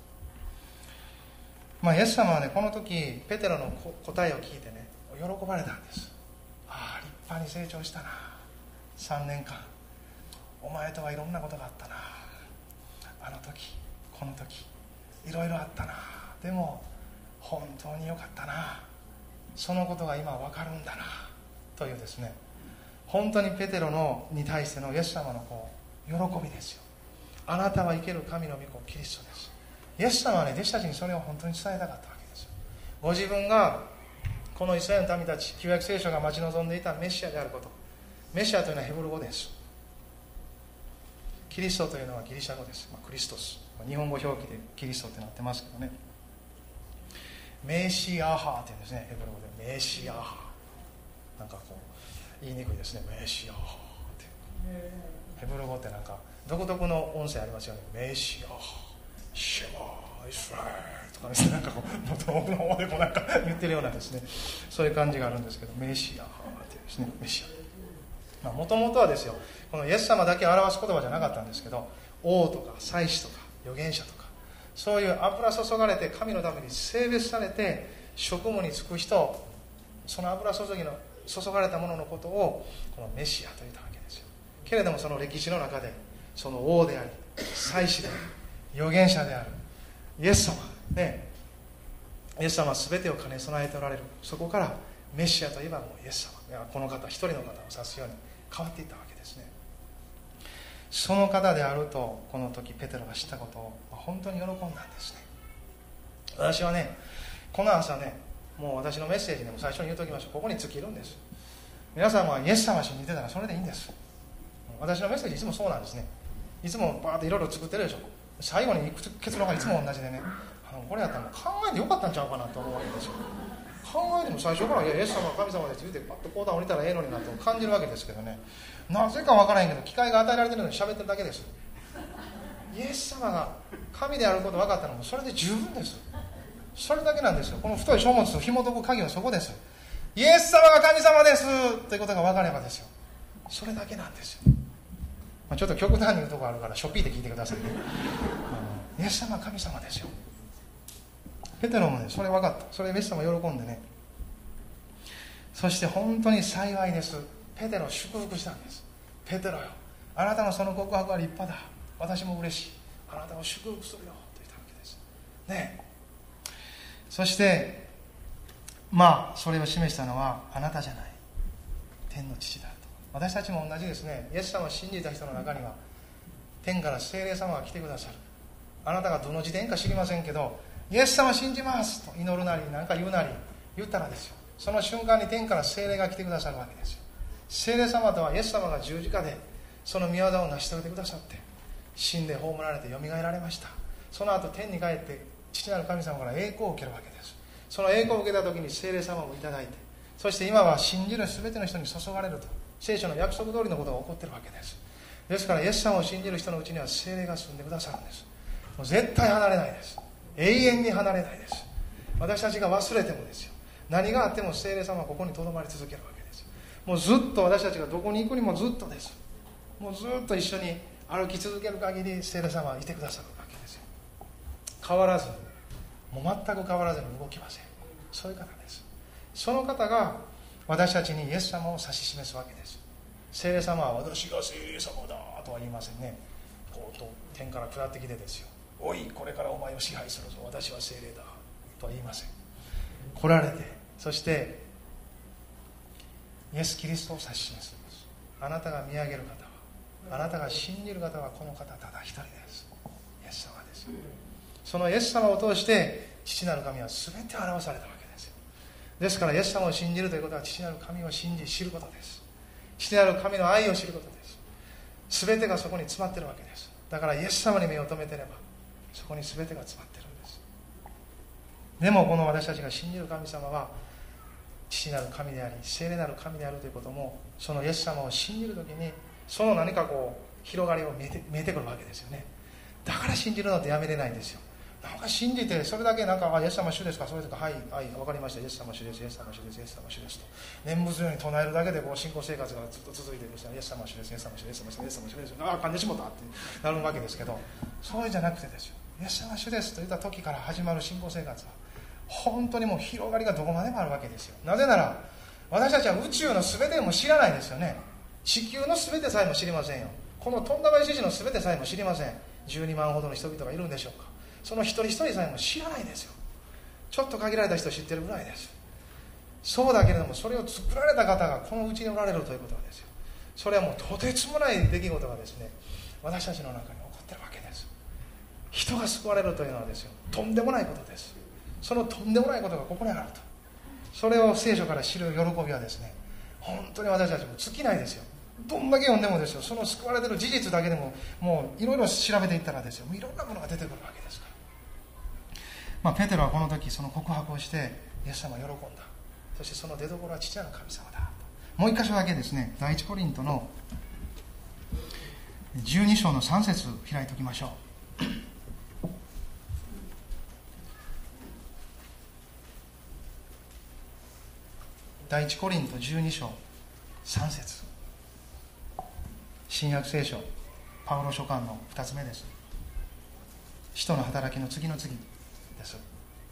まあ、イエス様はね、この時ペテロの答えを聞いてね、喜ばれたんです。ああ、立派に成長したな、さんねんかんお前とはいろんなことがあったな、あの時この時いろいろあったな、でも本当によかったな、そのことが今わかるんだなというですね、本当にペテロのに対してのイエス様のこう喜びですよ。あなたは生ける神の御子キリストです。イエス様はね、弟子たちにそれを本当に伝えたかったわけですよ。ご自分がこのイスラエルの民たち、旧約聖書が待ち望んでいたメシアであること。メシアというのはヘブル語です。キリストというのはギリシャ語です。まあ、クリストス、日本語表記でキリストってなってますけどね。メシアハって言うんですね、ヘブル語で。メシアハ、なんかこう言いにくいですね。メシアハってヘブル語ってなんか独特の音声ありますよね。メシアハ、シェマイスラエルとかですね、なんかこう遠くの方でもなんか言ってるようなですね、そういう感じがあるんですけど、メシアハっていうですね、メシア、もともとはですよ、このイエス様だけを表す言葉じゃなかったんですけど、王とか祭司とか預言者とか、そういう油注がれて神のために聖別されて職務に就く人、その油注ぎの注がれたもののことをこのメシアと言ったわけですよ。けれどもその歴史の中で、その王であり祭司であり預言者であるイエス様ね、イエス様は全てを兼ね備えておられる。そこからメシアといえばもうイエス様、この方一人の方を指すように変わっていったわけですね。その方であるとこの時ペテロが知ったことを本当に喜んだんですね。私はね、この朝ね、もう私のメッセージでも最初に言うときましょう。ここに尽きるんです。皆さんはイエス様を信じてたらそれでいいんです。私のメッセージいつもそうなんですね。いつもバーっていろいろ作ってるでしょ。最後に行く結論がいつも同じでね、あのこれやったらもう考えてよかったんちゃうかなと思うわけですよ。考えても最初からいやイエス様は神様ですって言ってパッと講談降りたらええのになと感じるわけですけどね、なぜか分からへんけど機会が与えられてるのに喋ってるだけです。イエス様が神であること分かったのもそれで十分です。それだけなんですよ。この太い書物と紐解く鍵はそこです。イエス様が神様ですということが分かればですよ、それだけなんですよ。まあ、ちょっと極端に言うところあるからしょっぴーで聞いてくださいね。イエス様は神様ですよ。ペテロもね、それ分かった。それイエス様喜んでね、そして本当に幸いです。ペテロを祝福したんです。ペテロよ、あなたのその告白は立派だ、私も嬉しい、あなたを祝福するよと言ったわけですね。そしてまあそれを示したのはあなたじゃない、天の父だと。私たちも同じですね。イエス様を信じた人の中には天から聖霊様が来てくださる。あなたがどの時点か知りませんけど、イエス様信じますと祈るなり何か言うなり言ったらですよ、その瞬間に天から聖霊が来てくださるわけですよ。聖霊様とはイエス様が十字架でその御業を成し遂げてくださって、死んで葬られてよみがえられました。その後天に帰って父なる神様から栄光を受けるわけです。その栄光を受けた時に聖霊様をいただいて、そして今は信じる全ての人に注がれると聖書の約束通りのことが起こっているわけです。ですからイエス様を信じる人のうちには聖霊が住んでくださるんです。もう絶対離れないです。永遠に離れないです。私たちが忘れてもですよ、何があっても聖霊様はここにとどまり続けるわけです。もうずっと私たちがどこに行くにもずっとです。もうずっと一緒に歩き続ける限り聖霊様はいてくださるわけですよ。変わらず、もう全く変わらずに動きません。そういう方です。その方が私たちにイエス様を指し示すわけです。聖霊様は私が聖霊様だとは言いませんね。こうと天から下ってきてですよ、おいこれからお前を支配するぞ、私は聖霊だとは言いません。来られて、そしてイエス・キリストを指し示すんです。あなたが見上げる方は、あなたが信じる方はこの方ただ一人です。イエス様です。そのイエス様を通して父なる神は全て表されたわけですよ。ですからイエス様を信じるということは父なる神を信じ知ることです。父なる神の愛を知ることです。全てがそこに詰まっているわけです。だからイエス様に目を留めていればそこに全てが詰まっているんです。でもこの私たちが信じる神様は父なる神であり聖霊なる神であるということも、そのイエス様を信じるときにその何かこう広がりを見えて、見えてくるわけですよね。だから信じるのってやめれないんですよ。 なんか信じて、それだけなんか、あ、イエス様主ですか、それとか、はい、はい、分かりました、イエス様主です、イエス様主です、イエス様主ですと、念仏のように唱えるだけでこう信仰生活がずっと続いてるんですよ。イエス様主です、イエス様主です、イエス様主です、イエス様主です、ああ、噛んでしもたってなるわけですけど、そういうんじゃなくてですよ、イエス様主ですと言った時から始まる信仰生活は、本当にもう広がりがどこまでもあるわけですよ。なぜなら、私たちは宇宙の全ても知らないですよね。地球の全てさえも知りませんよ。この富田林市の全てさえも知りません。じゅうにまんほどの人々がいるんでしょうか。その一人一人さえも知らないですよ。ちょっと限られた人を知ってるぐらいです。そうだけれども、それを作られた方がこのうちにおられるということはですよ、それはもうとてつもない出来事がですね、私たちの中に起こってるわけです。人が救われるというのはですよ、とんでもないことです。そのとんでもないことがここにあると、それを聖書から知る喜びはですね、本当に私たちも尽きないですよ。どんだけ読んでもですよ、その救われてる事実だけでももういろいろ調べていったらですよ、もういろんなものが出てくるわけですから、まあ、ペテロはこの時その告白をしてイエス様は喜んだ。そしてその出所は父なる神様だ。もう一箇所だけですね、第一コリントのじゅうに章のさん節開いておきましょう。第一コリントじゅうに章さん節、新約聖書パウロ書簡のふたつめです。使徒の働きの次の次です。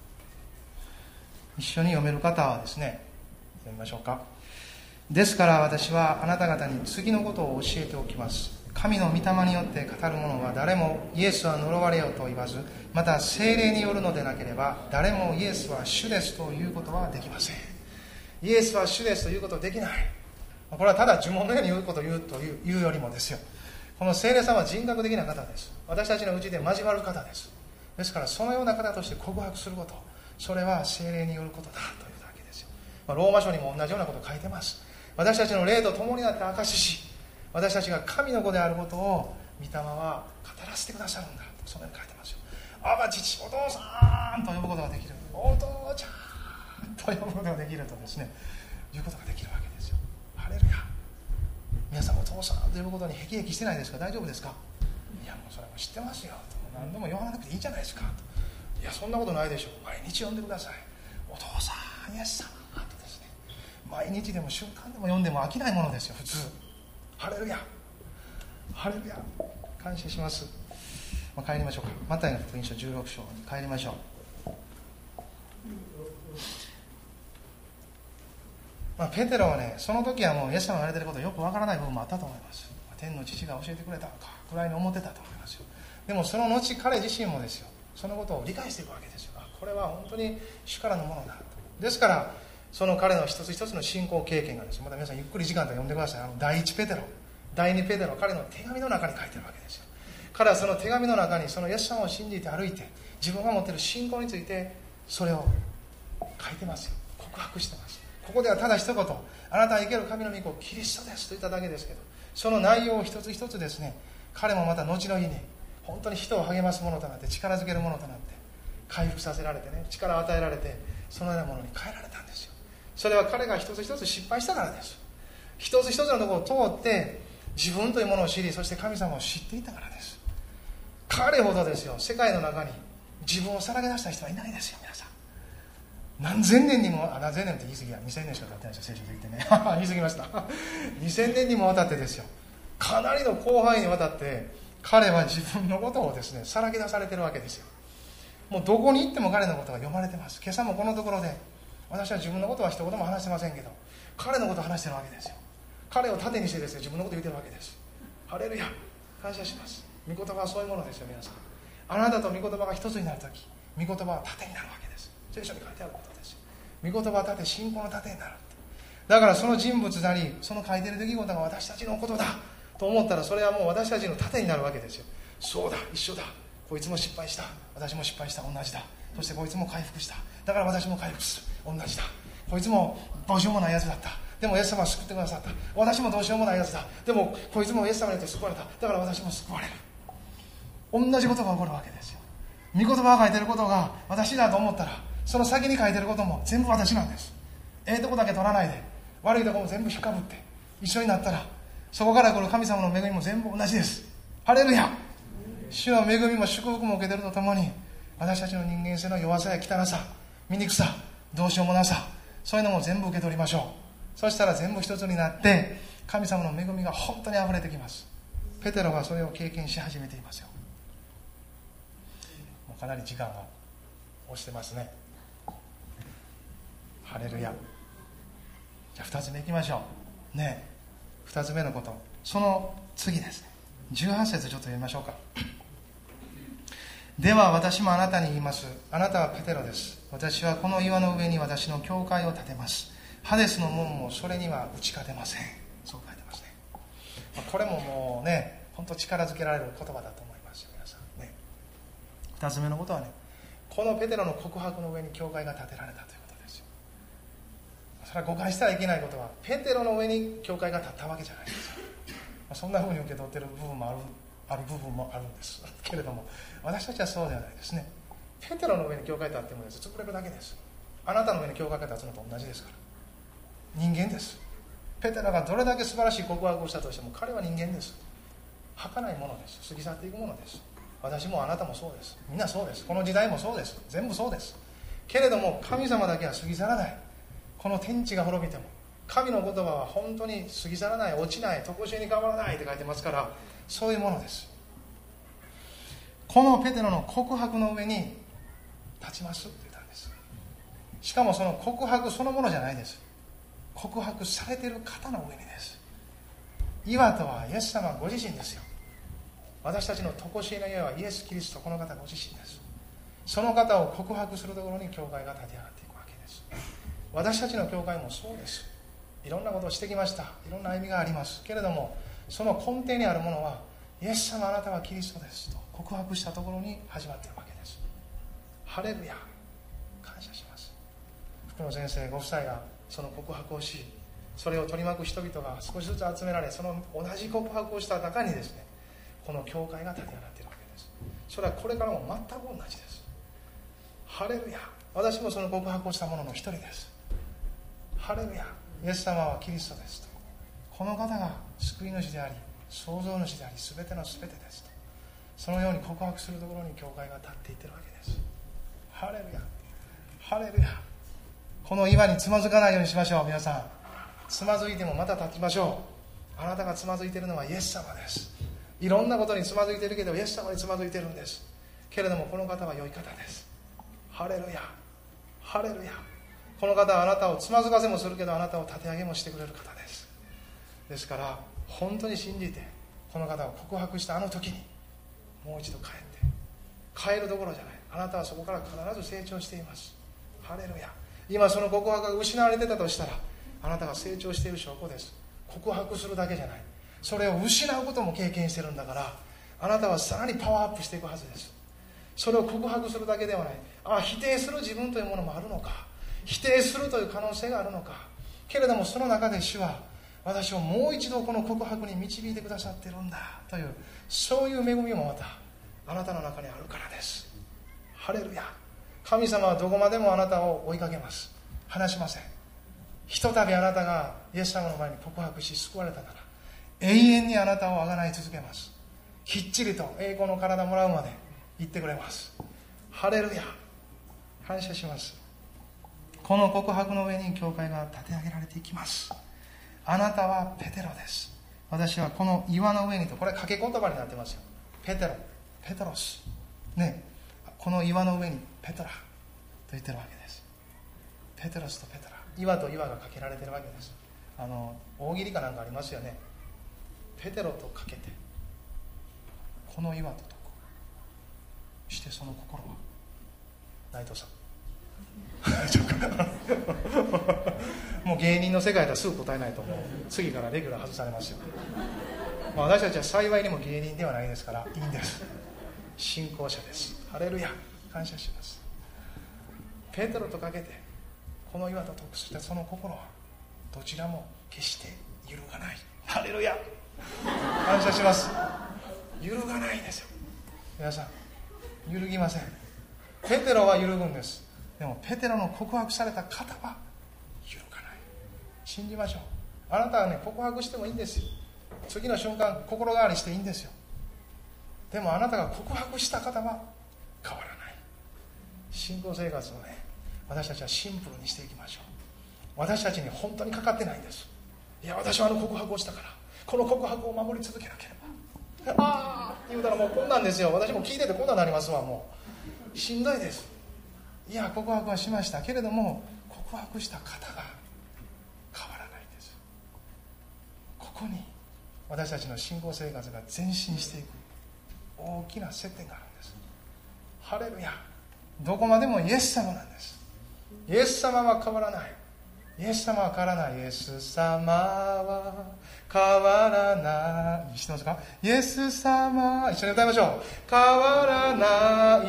一緒に読める方はですね、読みましょうか。ですから私はあなた方に次のことを教えておきます。神の御霊によって語る者は誰もイエスは呪われよと言わず、また聖霊によるのでなければ誰もイエスは主ですということはできません。イエスは主ですということはできない。これはただ呪文のように言うことを言うというよりもですよ、この聖霊様は人格的な方です。私たちのうちで交わる方です。ですからそのような方として告白すること、それは聖霊によることだというだけですよ。ローマ書にも同じようなことを書いてます。私たちの霊と共になって証しし、私たちが神の子であることを御霊は語らせてくださるんだと、そのように書いてますよ。あば父、お父さんと呼ぶことができる、お父ちゃんと呼ぶことができるとですね、いうことができるわけですよ。ハレルヤ。皆さんお父さんと呼ぶことにへきへきしてないですか？大丈夫ですか？いやもうそれも知ってますよと、何度も言わなくていいじゃないですかと。いやそんなことないでしょう、毎日呼んでください、お父さん、イエス様とですね、毎日でも瞬間でも読んでも飽きないものですよ、普通。ハレルヤ、ハレルヤ、感謝します。まあ、帰りましょうか。マタイの福音書じゅうろく章に帰りましょう。まあ、ペテロはね、その時はもうイエス様が言われていることよくわからない部分もあったと思います。天の父が教えてくれたのかくらいに思ってたと思いますよ。でもその後彼自身もですよ、そのことを理解していくわけですよ。あ、これは本当に主からのものだと。ですからその彼の一つ一つの信仰経験がですよ、また皆さんゆっくり時間で読んでください。あの第一ペテロ、第二ペテロ、彼の手紙の中に書いてるわけですよ。彼はその手紙の中にそのイエス様を信じて歩いて、自分が持っている信仰についてそれを書いてますよ、告白してます。ここではただ一言、あなたは生ける神の御子キリストですと言っただけですけど、その内容を一つ一つですね、彼もまた後の日に本当に人を励ますものとなって、力づけるものとなって、回復させられてね、力を与えられて、そのようなものに変えられたんですよ。それは彼が一つ一つ失敗したからです。一つ一つのところを通って自分というものを知り、そして神様を知っていたからです。彼ほどですよ、世界の中に自分をさらけ出した人はいないですよ。皆さん何千年にも、あ、何千年って言い過ぎや、にせんねんしか経ってないですよ、聖書で言ってね言い過ぎましたにせんねんにもわたってですよ、かなりの広範囲にわたって彼は自分のことをですね、さらけ出されてるわけですよ。もうどこに行っても彼のことが読まれてます。今朝もこのところで、私は自分のことは一言も話してませんけど、彼のことを話してるわけですよ。彼を盾にしてですね、自分のことを言ってるわけです。ハレルヤ、感謝します。御言葉はそういうものですよ。皆さん、あなたと御言葉が一つになるとき、御言葉は盾になるわけです。聖書に書いてあることですよ。御言葉は盾、信仰の盾になる。だからその人物なり、その書いている出来事が私たちのことだと思ったら、それはもう私たちの盾になるわけですよ。そうだ、一緒だ、こいつも失敗した、私も失敗した、同じだ。そしてこいつも回復した、だから私も回復する、同じだ。こいつもどうしようもないやつだった、でもイエス様は救ってくださった。私もどうしようもないやつだ、でもこいつもイエス様によって救われた、だから私も救われる。同じことが起こるわけですよ。御言葉が書いてることが私だと思ったら、その先に書いてることも全部私なんです。ええとこだけ取らないで、悪いとこも全部引っかぶって一緒になったら、そこから来る神様の恵みも全部同じです。ハレルヤ。主の恵みも祝福も受けてるとともに、 私たちの人間性の弱さや汚さ、醜さ、どうしようもなさ、そういうのも全部受け取りましょう。そしたら全部一つになって神様の恵みが本当にあふれてきます。ペテロがそれを経験し始めていますよ。もうかなり時間が押してますね。ハレルヤ。じゃあふたつめいきましょうね。ふたつめのこと、その次ですね。じゅうはち節ちょっと読みましょうか。では私もあなたに言います。あなたはペテロです。私はこの岩の上に私の教会を建てます。ハデスの門もそれには打ち勝てません。そう書いてますね。これももうね、本当力づけられる言葉だと思いますよ、皆さんね。二つ目のことはね、このペテロの告白の上に教会が建てられたということですよ。それは誤解したらいけないことは、ペテロの上に教会が建ったわけじゃないですよ。そんな風に受け取っている部分もあるある部分もあるんですけれども、私たちはそうではないですね。ペテロの上に教会が建ってもです、潰れるだけです。あなたの上に教会が建つのと同じですから。人間です。ペテロがどれだけ素晴らしい告白をしたとしても、彼は人間です。儚いものです。過ぎ去っていくものです。私もあなたもそうです。みんなそうです。この時代もそうです。全部そうです。けれども神様だけは過ぎ去らない。この天地が滅びても神の言葉は本当に過ぎ去らない、落ちない、常しえに変わらないって書いてますから、そういうものです。このペテロの告白の上に立ちますって言ったんです。しかもその告白そのものじゃないです。告白されている方の上にです。岩とはイエス様ご自身ですよ。私たちの常しえの家はイエス・キリスト、この方ご自身です。その方を告白するところに教会が立て上がっていくわけです。私たちの教会もそうです。いろんなことをしてきました。いろんな歩みがありますけれども、その根底にあるものは、イエス様あなたはキリストですと告白したところに始まっているわけです。ハレルヤ、感謝します。福野先生ご夫妻がその告白をし、それを取り巻く人々が少しずつ集められ、その同じ告白をした中にですね、この教会が立て上がっているわけです。それはこれからも全く同じです。ハレルヤ、私もその告白をした者の一人です。ハレルヤ、イエス様はキリストですと、この方が救い主であり創造主であり全ての全てですと、そのように告白するところに教会が立っていってるわけです。ハレルヤ、ハレルヤ。この岩につまずかないようにしましょう。皆さん、つまずいてもまた立ちましょう。あなたがつまずいているのはイエス様です。いろんなことにつまずいているけどイエス様につまずいているんです。けれどもこの方は良い方です。ハレルヤ、ハレルヤ。この方はあなたをつまずかせもするけど、あなたを立て上げもしてくれる方です。ですから本当に信じて、この方を告白したあの時にもう一度帰って、帰るどころじゃない、あなたはそこから必ず成長しています。ハレルヤ。今その告白が失われてたとしたら、あなたが成長している証拠です。告白するだけじゃない、それを失うことも経験してるんだから、あなたはさらにパワーアップしていくはずです。それを告白するだけではない、あ、否定する自分というものもあるのか、否定するという可能性があるのか。けれどもその中で主は私をもう一度この告白に導いてくださっているんだという、そういう恵みもまたあなたの中にあるからです。ハレルヤ。神様はどこまでもあなたを追いかけます。離しません。ひとたびあなたがイエス様の前に告白し救われたなら、永遠にあなたを贖い続けます。きっちりと栄光の体もらうまで言ってくれます。ハレルヤ。感謝します。この告白の上に教会が立て上げられていきます。あなたはペテロです。私はこの岩の上にと、これ掛け言葉になってますよ。ペテロ、ペトロスね、この岩の上にペトラと言ってるわけです。ペテロスとペトラ、岩と岩がかけられてるわけです。あの大喜利かなんかありますよね。ペテロとかけて、この岩ととこしてその心は、内藤さんもう芸人の世界ではすぐ答えないと、もう次からレギュラー外されますよ。まあ、私たちは幸いにも芸人ではないですからいいんです。信仰者です。ハレルヤ、感謝します。ペテロとかけてこの岩と得してその心はどちらも決して揺るがない。ハレルヤ、感謝します。揺るがないんですよ。皆さん、揺るぎません。ペテロは揺るぐんです。でもペテロの告白された方は揺るがない。信じましょう。あなたはね、告白してもいいんですよ。次の瞬間心変わりしていいんですよ。でもあなたが告白した方は変わらない。 信仰生活をね、私たちはシンプルにしていきましょう。私たちに本当にかかってないんです。いや、私はあの告白をしたからこの告白を守り続けなければ、ああって言うたらもうこんなんですよ。私も聞いててこんなんなりますわ。もうしんどいです。いや、告白はしましたけれども、告白した方が変わらないんです。ここに私たちの信仰生活が前進していく大きな接点があるんです。ハレルヤ。どこまでもイエス様なんです。イエス様は変わらない。イエス様は変わらない。イエス様は変わらない。知ってますか？イエス様、一緒に歌いましょう。変わらない。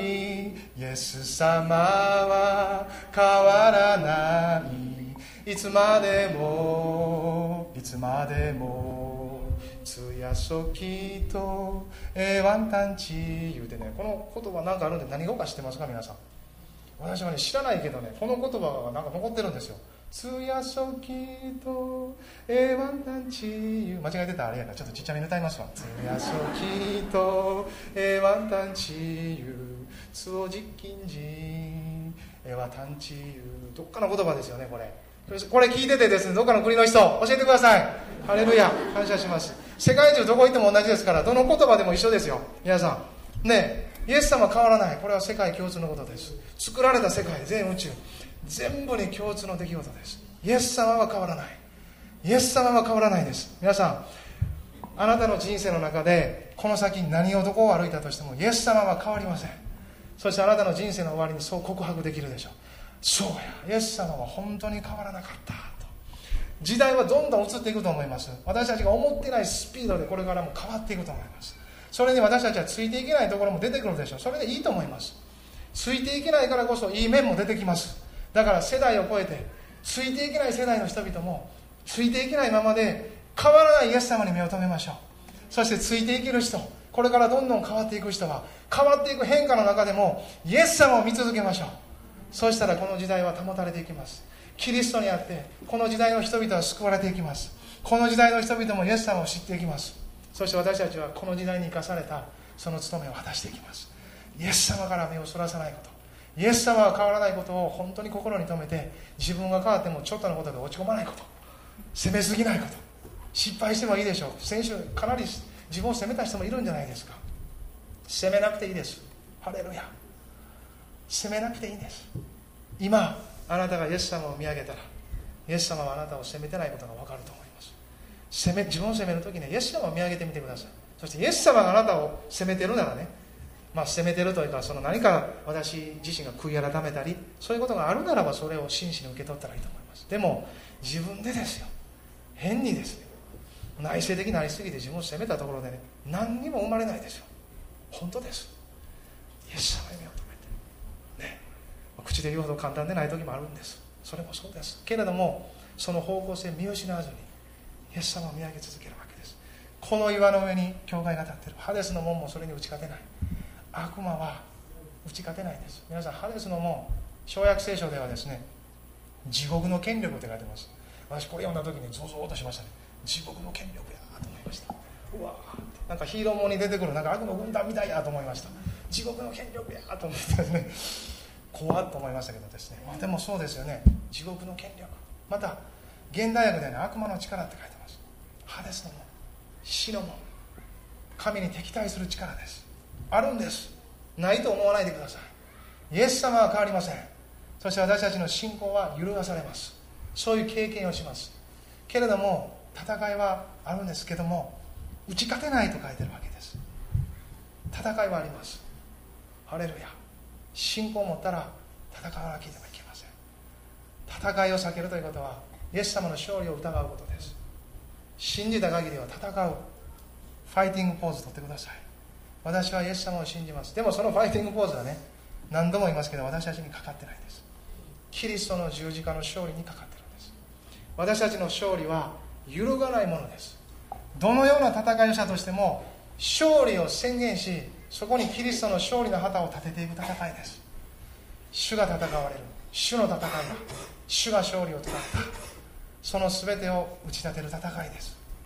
イエス様は変わらない。いつまでもいつまでもつやそきとえワンタンチ言うてね、この言葉なんかあるんで何語か知ってますか皆さん？私はね知らないけどね、この言葉がなんか残ってるんですよ。つやそきとえワンタンチ言う、間違えてたらあれやからちょっとちっちゃめに歌いますわ。つやそきとえワンタンチ言うつおじきんじえワタンチ言う、どっかの言葉ですよねこれ。これ聞いててですね、どっかの国の人教えてください。ハレルヤ、感謝します。世界中どこ行っても同じですから、どの言葉でも一緒ですよ皆さんね。イエス様は変わらない。これは世界共通のことです。作られた世界全宇宙全部に共通の出来事です。イエス様は変わらない。イエス様は変わらないです。皆さん、あなたの人生の中でこの先何をどこを歩いたとしてもイエス様は変わりません。そしてあなたの人生の終わりにそう告白できるでしょう。そうや、イエス様は本当に変わらなかったと。時代はどんどん移っていくと思います。私たちが思ってないスピードでこれからも変わっていくと思います。それに私たちはついていけないところも出てくるでしょう。それでいいと思います。ついていけないからこそいい面も出てきます。だから世代を超えてついていけない世代の人々もついていけないままで変わらないイエス様に目を留めましょう。そしてついていける人、これからどんどん変わっていく人は変わっていく変化の中でもイエス様を見続けましょう。そうしたらこの時代は保たれていきます。キリストにあってこの時代の人々は救われていきます。この時代の人々もイエス様を知っていきます。そして私たちはこの時代に生かされたその務めを果たしていきます。イエス様から目をそらさないこと、イエス様は変わらないことを本当に心に留めて、自分が変わってもちょっとのことで落ち込まないこと、責めすぎないこと。失敗してもいいでしょう。先週かなり自分を責めた人もいるんじゃないですか。責めなくていいです。ハレルヤ。責めなくていいんです。今あなたがイエス様を見上げたらイエス様はあなたを責めてないことが分かると思います。責め自分を責めるときにイエス様を見上げてみてください。そしてイエス様があなたを責めてるならね、まあ責めてるというか、その何か私自身が悔い改めたりそういうことがあるならばそれを真摯に受け取ったらいいと思います。でも自分でですよ、変にですね、内省的になりすぎて自分を責めたところでね、何にも生まれないですよ。本当です。イエス様に目を留めてね、口で言うほど簡単でない時もあるんです。それもそうですけれども、その方向性見失わずにイエス様を見上げ続けるわけです。この岩の上に教会が立っている。ハデスの門もそれに打ち勝てない。悪魔は打ち勝てないんです。皆さん、ハデスの門、小約聖書ではですね、地獄の権力って書いてます。私これ読んだ時にゾゾーッとしましたね。地獄の権力やと思いました。うわーって、なんかヒーローものに出てくるなんか悪の軍団みたいやと思いました。地獄の権力やと思ってですね、怖っと思いましたけどですね、まあ、でもそうですよね。地獄の権力、また現代訳で、ね、悪魔の力って書いてます。ハデスの門、死の門、神に敵対する力です。あるんです。ないと思わないでください。イエス様は変わりません。そして私たちの信仰は揺るがされます。そういう経験をしますけれども、戦いはあるんですけども、打ち勝てないと書いてるわけです。戦いはあります。ハレルヤ。信仰を持ったら戦わなきゃいけません。戦いを避けるということはイエス様の勝利を疑うことです。信じた限りは戦う、ファイティングポーズ取ってください。私はイエス様を信じます。でもそのファイティングポーズはね、何度も言いますけど、私たちにかかってないんです。キリストの十字架の勝利にかかってるんです。私たちの勝利は揺るがないものです。どのような戦いをしたとしても勝利を宣言し、そこにキリストの勝利の旗を立てていく戦いです。主が戦われる、主の戦いだ、主が勝利を使った、その全てを打ち立てる戦いです。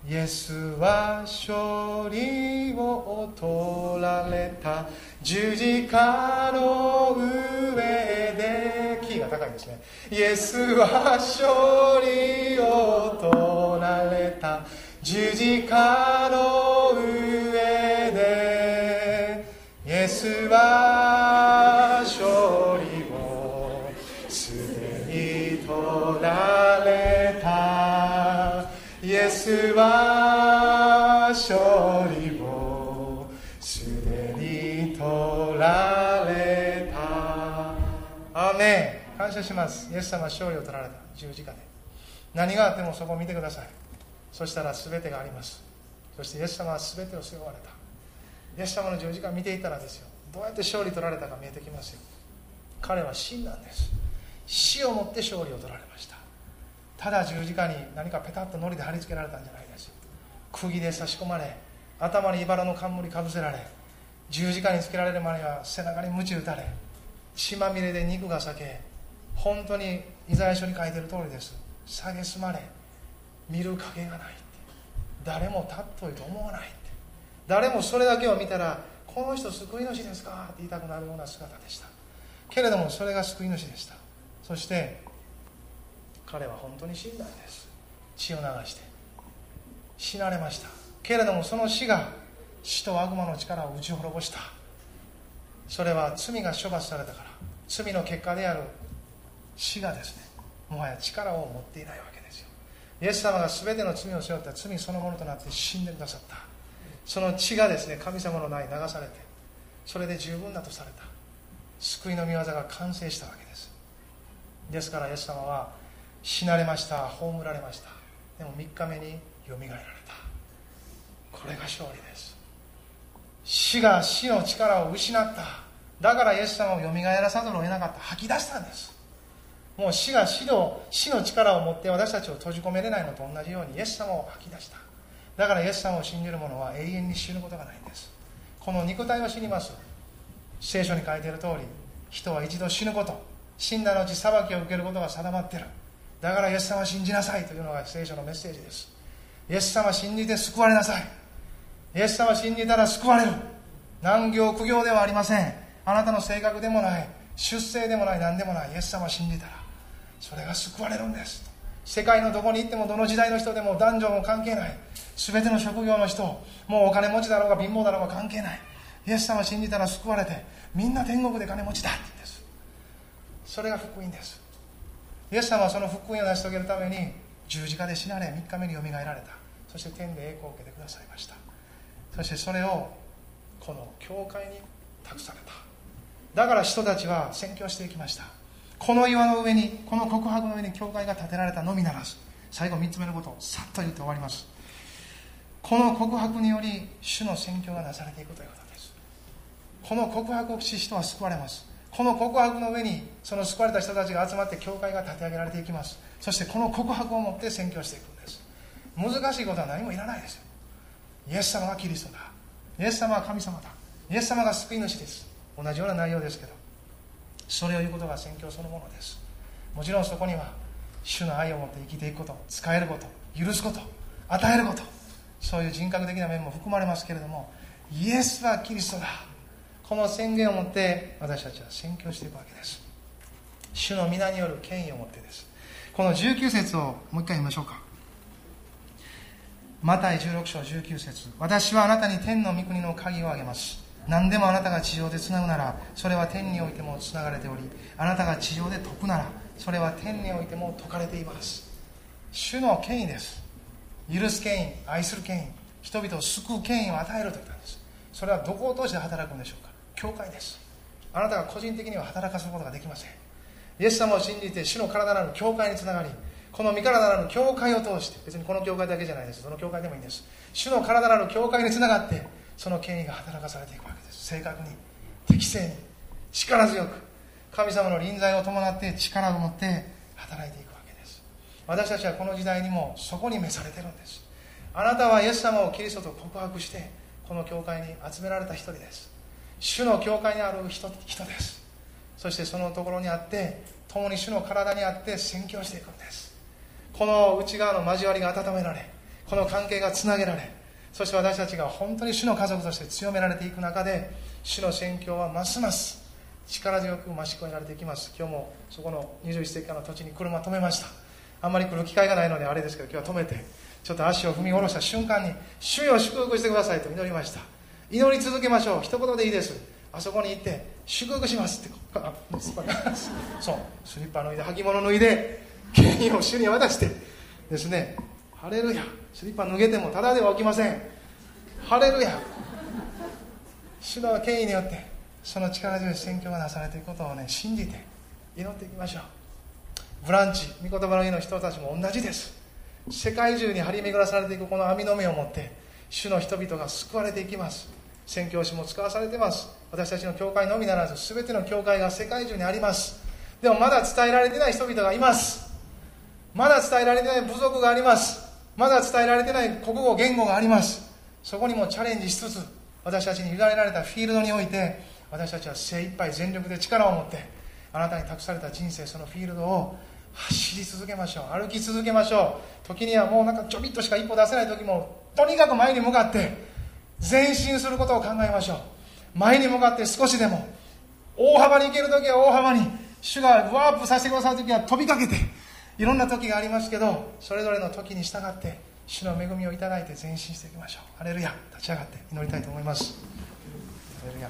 イエスは勝利を取られた、十字架の上で、キーが高いですね。イエスは勝利を取られた、十字架の上で、イエスは勝利をすでに取られた、イエスは勝利をすでに取られた。アーメン。感謝します。イエス様は勝利を取られた、十字架で。何があってもそこを見てください。そしたら全てがあります。そしてイエス様は全てを背負われた。イエス様の十字架を見ていたらですよ、どうやって勝利取られたか見えてきますよ。彼は死んだんです。死をもって勝利を取られました。ただ十字架に何かペタッと糊で貼り付けられたんじゃないですよ。釘で差し込まれ、頭に茨の冠かぶせられ、十字架につけられる前には背中に鞭打たれ、血まみれで肉が裂け、本当にイザヤ書に書いてる通りです。蔑まれ、見る影がないって、誰も尊いと思わないって、誰もそれだけを見たらこの人救い主ですかって言いたくなるような姿でした。けれどもそれが救い主でした。そして彼は本当に死んだんです。血を流して死なれました。けれどもその死が死と悪魔の力を打ち滅ぼした。それは罪が処罰されたから。罪の結果である死がですね、もはや力を持っていないわけですよ。イエス様が全ての罪を背負った罪そのものとなって死んでくださった。その血がですね、神様の名に流されて、それで十分だとされた救いの御業が完成したわけです。ですからイエス様は死なれました、葬られました。でもみっかめによみがえられた。これが勝利です。死が死の力を失った。だからイエス様をよみがえらさざるを得なかった。吐き出したんです。もう死が死の、死の力を持って私たちを閉じ込めれないのと同じようにイエス様を吐き出した。だからイエス様を信じる者は永遠に死ぬことがないんです。この肉体は死にます。聖書に書いている通り、人は一度死ぬこと、死んだ後裁きを受けることが定まっている。だからイエス様を信じなさいというのが聖書のメッセージです。イエス様を信じて救われなさい。イエス様を信じたら救われる。難行苦行ではありません。あなたの性格でもない、出世でもない、何でもない。イエス様を信じたらそれが救われるんです。世界のどこに行っても、どの時代の人でも男女も関係ない、全ての職業の人、もうお金持ちだろうが貧乏だろうが関係ない。イエス様を信じたら救われて、みんな天国で金持ちだって言うんです。それが福音です。イエス様はその福音を成し遂げるために十字架で死なれ、みっかめによみがえられた。そして天で栄光を受けてくださいました。そしてそれをこの教会に託された。だから人たちは宣教していきました。この岩の上に、この告白の上に教会が建てられたのみならず、最後みっつめのことをさっと言って終わります。この告白により主の宣教がなされていくということです。この告白をし人は救われます。この告白の上にその救われた人たちが集まって教会が立て上げられていきます。そしてこの告白を持って宣教していくんです。難しいことは何もいらないですよ。イエス様がキリストだ、イエス様は神様だ、イエス様が救い主です。同じような内容ですけど、それを言うことが宣教そのものです。もちろんそこには主の愛を持って生きていくこと、使えること、許すこと、与えること、そういう人格的な面も含まれますけれども、イエスはキリストだ、この宣言を持って私たちは宣教していくわけです。主の皆による権威を持ってです。このじゅうきゅう節をもう一回読みましょうか。マタイじゅうろく章じゅうきゅう節、私はあなたに天の御国の鍵をあげます。何でもあなたが地上でつなぐならそれは天においてもつながれており、あなたが地上で解くならそれは天においても解かれています。主の権威です。許す権威、愛する権威、人々を救う権威を与えると言ったんです。それはどこを通して働くんでしょうか。教会です。あなたが個人的には働かせることができません。イエス様を信じて主の体なる教会につながり、この身体なる教会を通して、別にこの教会だけじゃないです、どの教会でもいいんです。主の体なる教会につながってその権威が働かされていくわけです。正確に、適正に、力強く、神様の臨在を伴って力を持って働いていくわけです。私たちはこの時代にもそこに召されているんです。あなたはイエス様をキリストと告白してこの教会に集められた一人です。主の教会にある 人, 人です。そしてそのところにあって共に主の体にあって宣教していくんです。この内側の交わりが温められ、 この関係がつなげられ、そして私たちが本当に主の家族として強められていく中で、主の宣教はますます力強く増し加えられていきます。今日もそこのにじゅういっ世紀間の土地に車止めました。あんまり来る機会がないのであれですけど、今日は止めてちょっと足を踏み下ろした瞬間に、主よ祝福してくださいと祈りました。祈り続けましょう。一言でいいです。あそこに行って祝福しますって、あそうスリッパ脱いで履物脱いで権威を主に渡してですね、ハレルヤ。スリッパ脱げてもただでは起きません。ハレルヤ。主の権威によってその力強い宣教がなされていくことをね、信じて祈っていきましょう。ブランチ御言葉の家の人たちも同じです。世界中に張り巡らされていくこの網の目を持って主の人々が救われていきます。宣教師も使わされています。私たちの教会のみならず全ての教会が世界中にあります。でもまだ伝えられていない人々がいます。まだ伝えられていない部族があります。まだ伝えられていない国語言語があります。そこにもチャレンジしつつ、私たちに委ねられたフィールドにおいて私たちは精一杯全力で力を持ってあなたに託された人生、そのフィールドを走り続けましょう。歩き続けましょう。時にはもうなんかちょびっとしか一歩出せない時も、とにかく前に向かって前進することを考えましょう。前に向かって少しでも、大幅に行ける時は大幅に、主がワープさせてくださる時は飛びかけて、いろんな時がありますけど、それぞれの時に従って主の恵みをいただいて前進していきましょう。ハレルヤ。立ち上がって祈りたいと思います。ハレルヤ。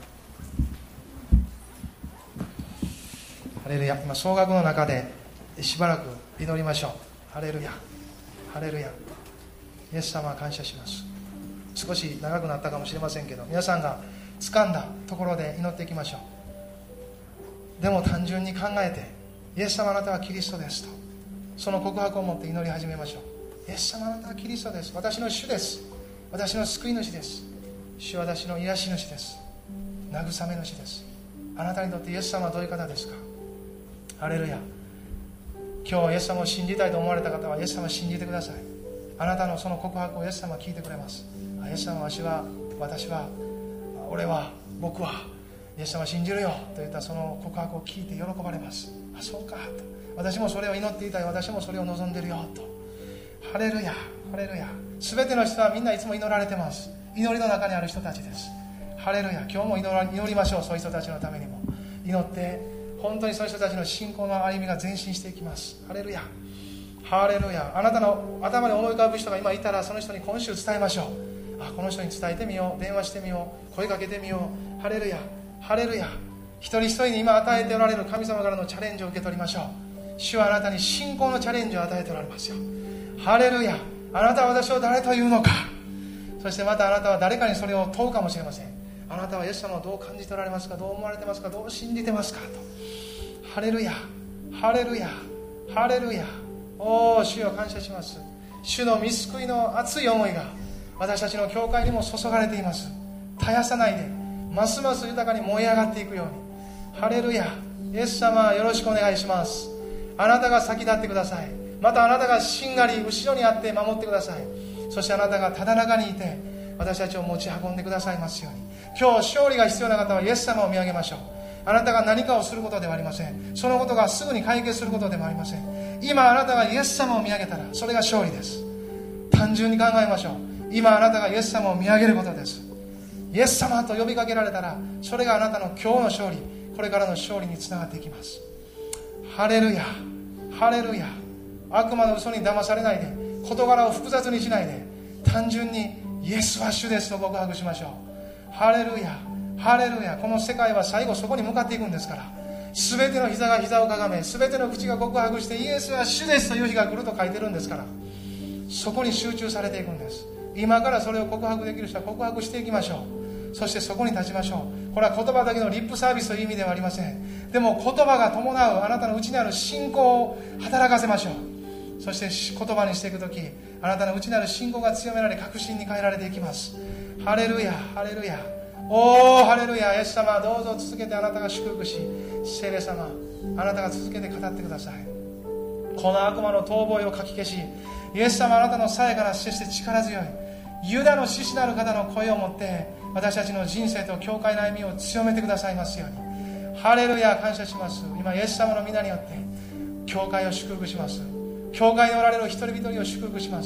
ハレルヤ。今総額の中でしばらく祈りましょう。ハレルヤ。ハレルヤ。イエス様は感謝します。少し長くなったかもしれませんけど、皆さんが掴んだところで祈っていきましょう。でも単純に考えて、イエス様あなたはキリストですと、その告白を持って祈り始めましょう。イエス様あなたはキリストです。私の主です。私の救い主です。主は私の癒し主です。慰め主です。あなたにとってイエス様はどういう方ですか。ハレルヤ。今日イエス様を信じたいと思われた方はイエス様を信じてください。あなたのその告白をイエス様は聞いてくれます。イエス様は私は私は俺は僕はイエス様を信じるよといったその告白を聞いて喜ばれます。あ、そうかと、私もそれを祈っていたい、私もそれを望んでるよと。ハレルヤ、ハレルヤ。全ての人はみんないつも祈られてます。祈りの中にある人たちです。ハレルヤ。今日も祈ら祈りましょう。そういう人たちのためにも祈って、本当にそういう人たちの信仰の歩みが前進していきます。ハレルヤ、ハレルヤ。あなたの頭に思い浮かぶ人が今いたら、その人に今週伝えましょう。あ、この人に伝えてみよう、電話してみよう、声かけてみよう。ハレルヤ、ハレルヤ。一人一人に今与えておられる神様からのチャレンジを受け取りましょう。主はあなたに信仰のチャレンジを与えておられますよ。ハレルヤ。あなたは私を誰というのか。そしてまたあなたは誰かにそれを問うかもしれません。あなたはイエス様をどう感じておられますか、どう思われてますか、どう信じてますかと。ハレルヤ、ハレルヤ、ハレルヤ。おー、主よ感謝します。主の御救いの熱い思いが私たちの教会にも注がれています。絶やさないで、ますます豊かに燃え上がっていくように。ハレルヤ。イエス様よろしくお願いします。あなたが先立ってください。またあなたがしんがり後ろにあって守ってください。そしてあなたがただ中にいて私たちを持ち運んでくださいますように。今日勝利が必要な方はイエス様を見上げましょう。あなたが何かをすることではありません。そのことがすぐに解決することでもありません。今あなたがイエス様を見上げたらそれが勝利です。単純に考えましょう。今あなたがイエス様を見上げることです。イエス様と呼びかけられたら、それがあなたの今日の勝利、これからの勝利につながっていきます。ハレルヤ、ハレルヤ。悪魔の嘘に騙されないで、事柄を複雑にしないで、単純にイエスは主ですと告白しましょう。ハレルヤ、ハレルヤ。この世界は最後そこに向かっていくんですから、全ての膝が膝をかがめ、全ての口が告白してイエスは主ですという日が来ると書いてるんですから、そこに集中されていくんです。今からそれを告白できる人は告白していきましょう。そしてそこに立ちましょう。これは言葉だけのリップサービスという意味ではありません。でも言葉が伴うあなたの内にある信仰を働かせましょう。そして言葉にしていくとき、あなたの内にある信仰が強められ、確信に変えられていきます。ハレルヤ、ハレルヤ。おー、ハレルヤ。イエス様、どうぞ続けてあなたが祝福し、聖霊様、あなたが続けて語ってください。この悪魔の逃亡をかき消し、イエス様、あなたのさやかな、そして力強いユダの獅子なる方の声を持って私たちの人生と教会の歩みを強めてくださいますように。ハレルヤ。感謝します。今イエス様の皆によって教会を祝福します。教会におられる一人一人を祝福します。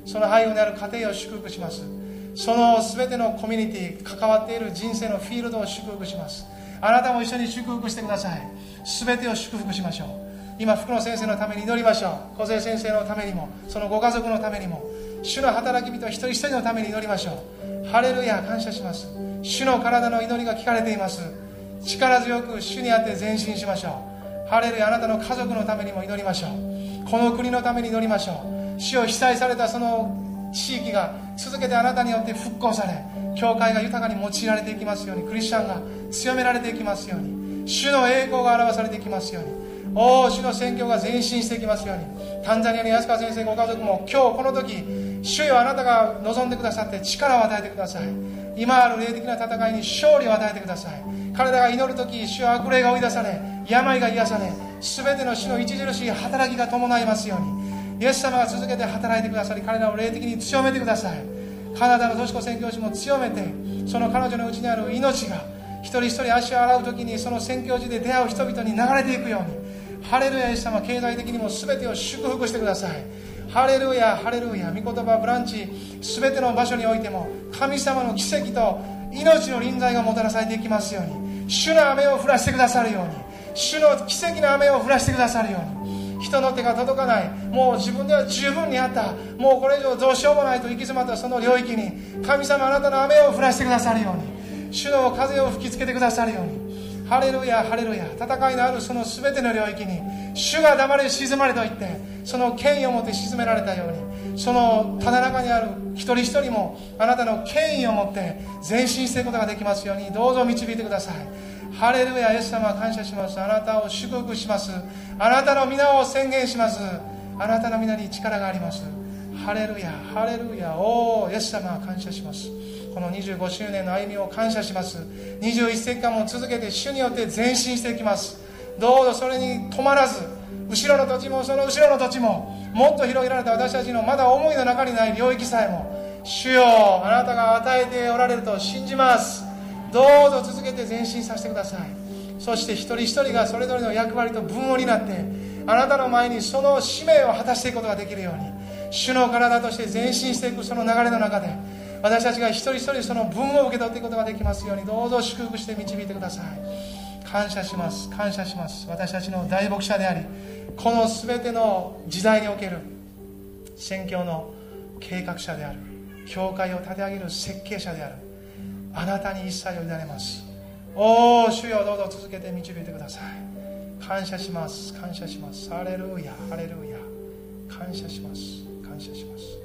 その背後にある家庭を祝福します。その全てのコミュニティ、関わっている人生のフィールドを祝福します。あなたも一緒に祝福してください。全てを祝福しましょう。今、福野先生のために祈りましょう。小瀬先生のためにも、そのご家族のためにも、主の働き人一人一人のために祈りましょう。ハレルヤ、感謝します。主の体の祈りが聞かれています。力強く主にあって前進しましょう。ハレルヤ、あなたの家族のためにも祈りましょう。この国のために祈りましょう。主を被災されたその地域が続けてあなたによって復興され、教会が豊かに用いられていきますように、クリスチャンが強められていきますように、主の栄光が表されていきますように、おー、主の宣教が前進していきますように。タンザニアの安川先生ご家族も今日この時、主よ、あなたが望んでくださって力を与えてください。今ある霊的な戦いに勝利を与えてください。彼らが祈る時、主よ、悪霊が追い出され、病が癒され、全ての主の著しい働きが伴いますように、イエス様が続けて働いてくださり、彼らを霊的に強めてください。カナダの都市子宣教師も強めて、その彼女のうちにある命が一人一人足を洗う時にその宣教地で出会う人々に流れていくように、ハレルヤ、イエス様、経済的にも全てを祝福してください。ハレルヤ、ハレルヤ、御言葉ブランチ全ての場所においても神様の奇跡と命の臨在がもたらされていきますように、主の雨を降らしてくださるように、主の奇跡の雨を降らしてくださるように、人の手が届かない、もう自分では十分にあった、もうこれ以上どうしようもないと行き詰まったその領域に、神様、あなたの雨を降らしてくださるように、主の風を吹きつけてくださるように、ハレルヤ、ハレルヤ、戦いのあるその全ての領域に、主が黙れ沈まれと言ってその権威を持って沈められたように、そのただ中にある一人一人もあなたの権威を持って前進していくことができますように、どうぞ導いてください。ハレルヤ、イエス様、感謝します。あなたを祝福します。あなたの皆を宣言します。あなたの皆に力があります。ハレルヤ、ハレルヤ、おー、イエス様、感謝します。このにじゅうごしゅうねんの歩みを感謝します。にじゅういっせきかんも続けて主によって前進していきます。どうぞそれに止まらず、後ろの土地もその後ろの土地ももっと広げられた私たちのまだ思いの中にない領域さえも、主よ、あなたが与えておられると信じます。どうぞ続けて前進させてください。そして一人一人がそれぞれの役割と分を担ってあなたの前にその使命を果たしていくことができるように、主の体として前進していくその流れの中で私たちが一人一人その分を受け取っていくことができますように、どうぞ祝福して導いてください。感謝します、感謝します。私たちの大牧者であり、この全ての時代における宣教の計画者である、教会を立て上げる設計者であるあなたに一切を委ねます。おー、主よ、どうぞ続けて導いてください。感謝します、感謝します。ハレルヤ、ハレルヤ、感謝します、感謝します。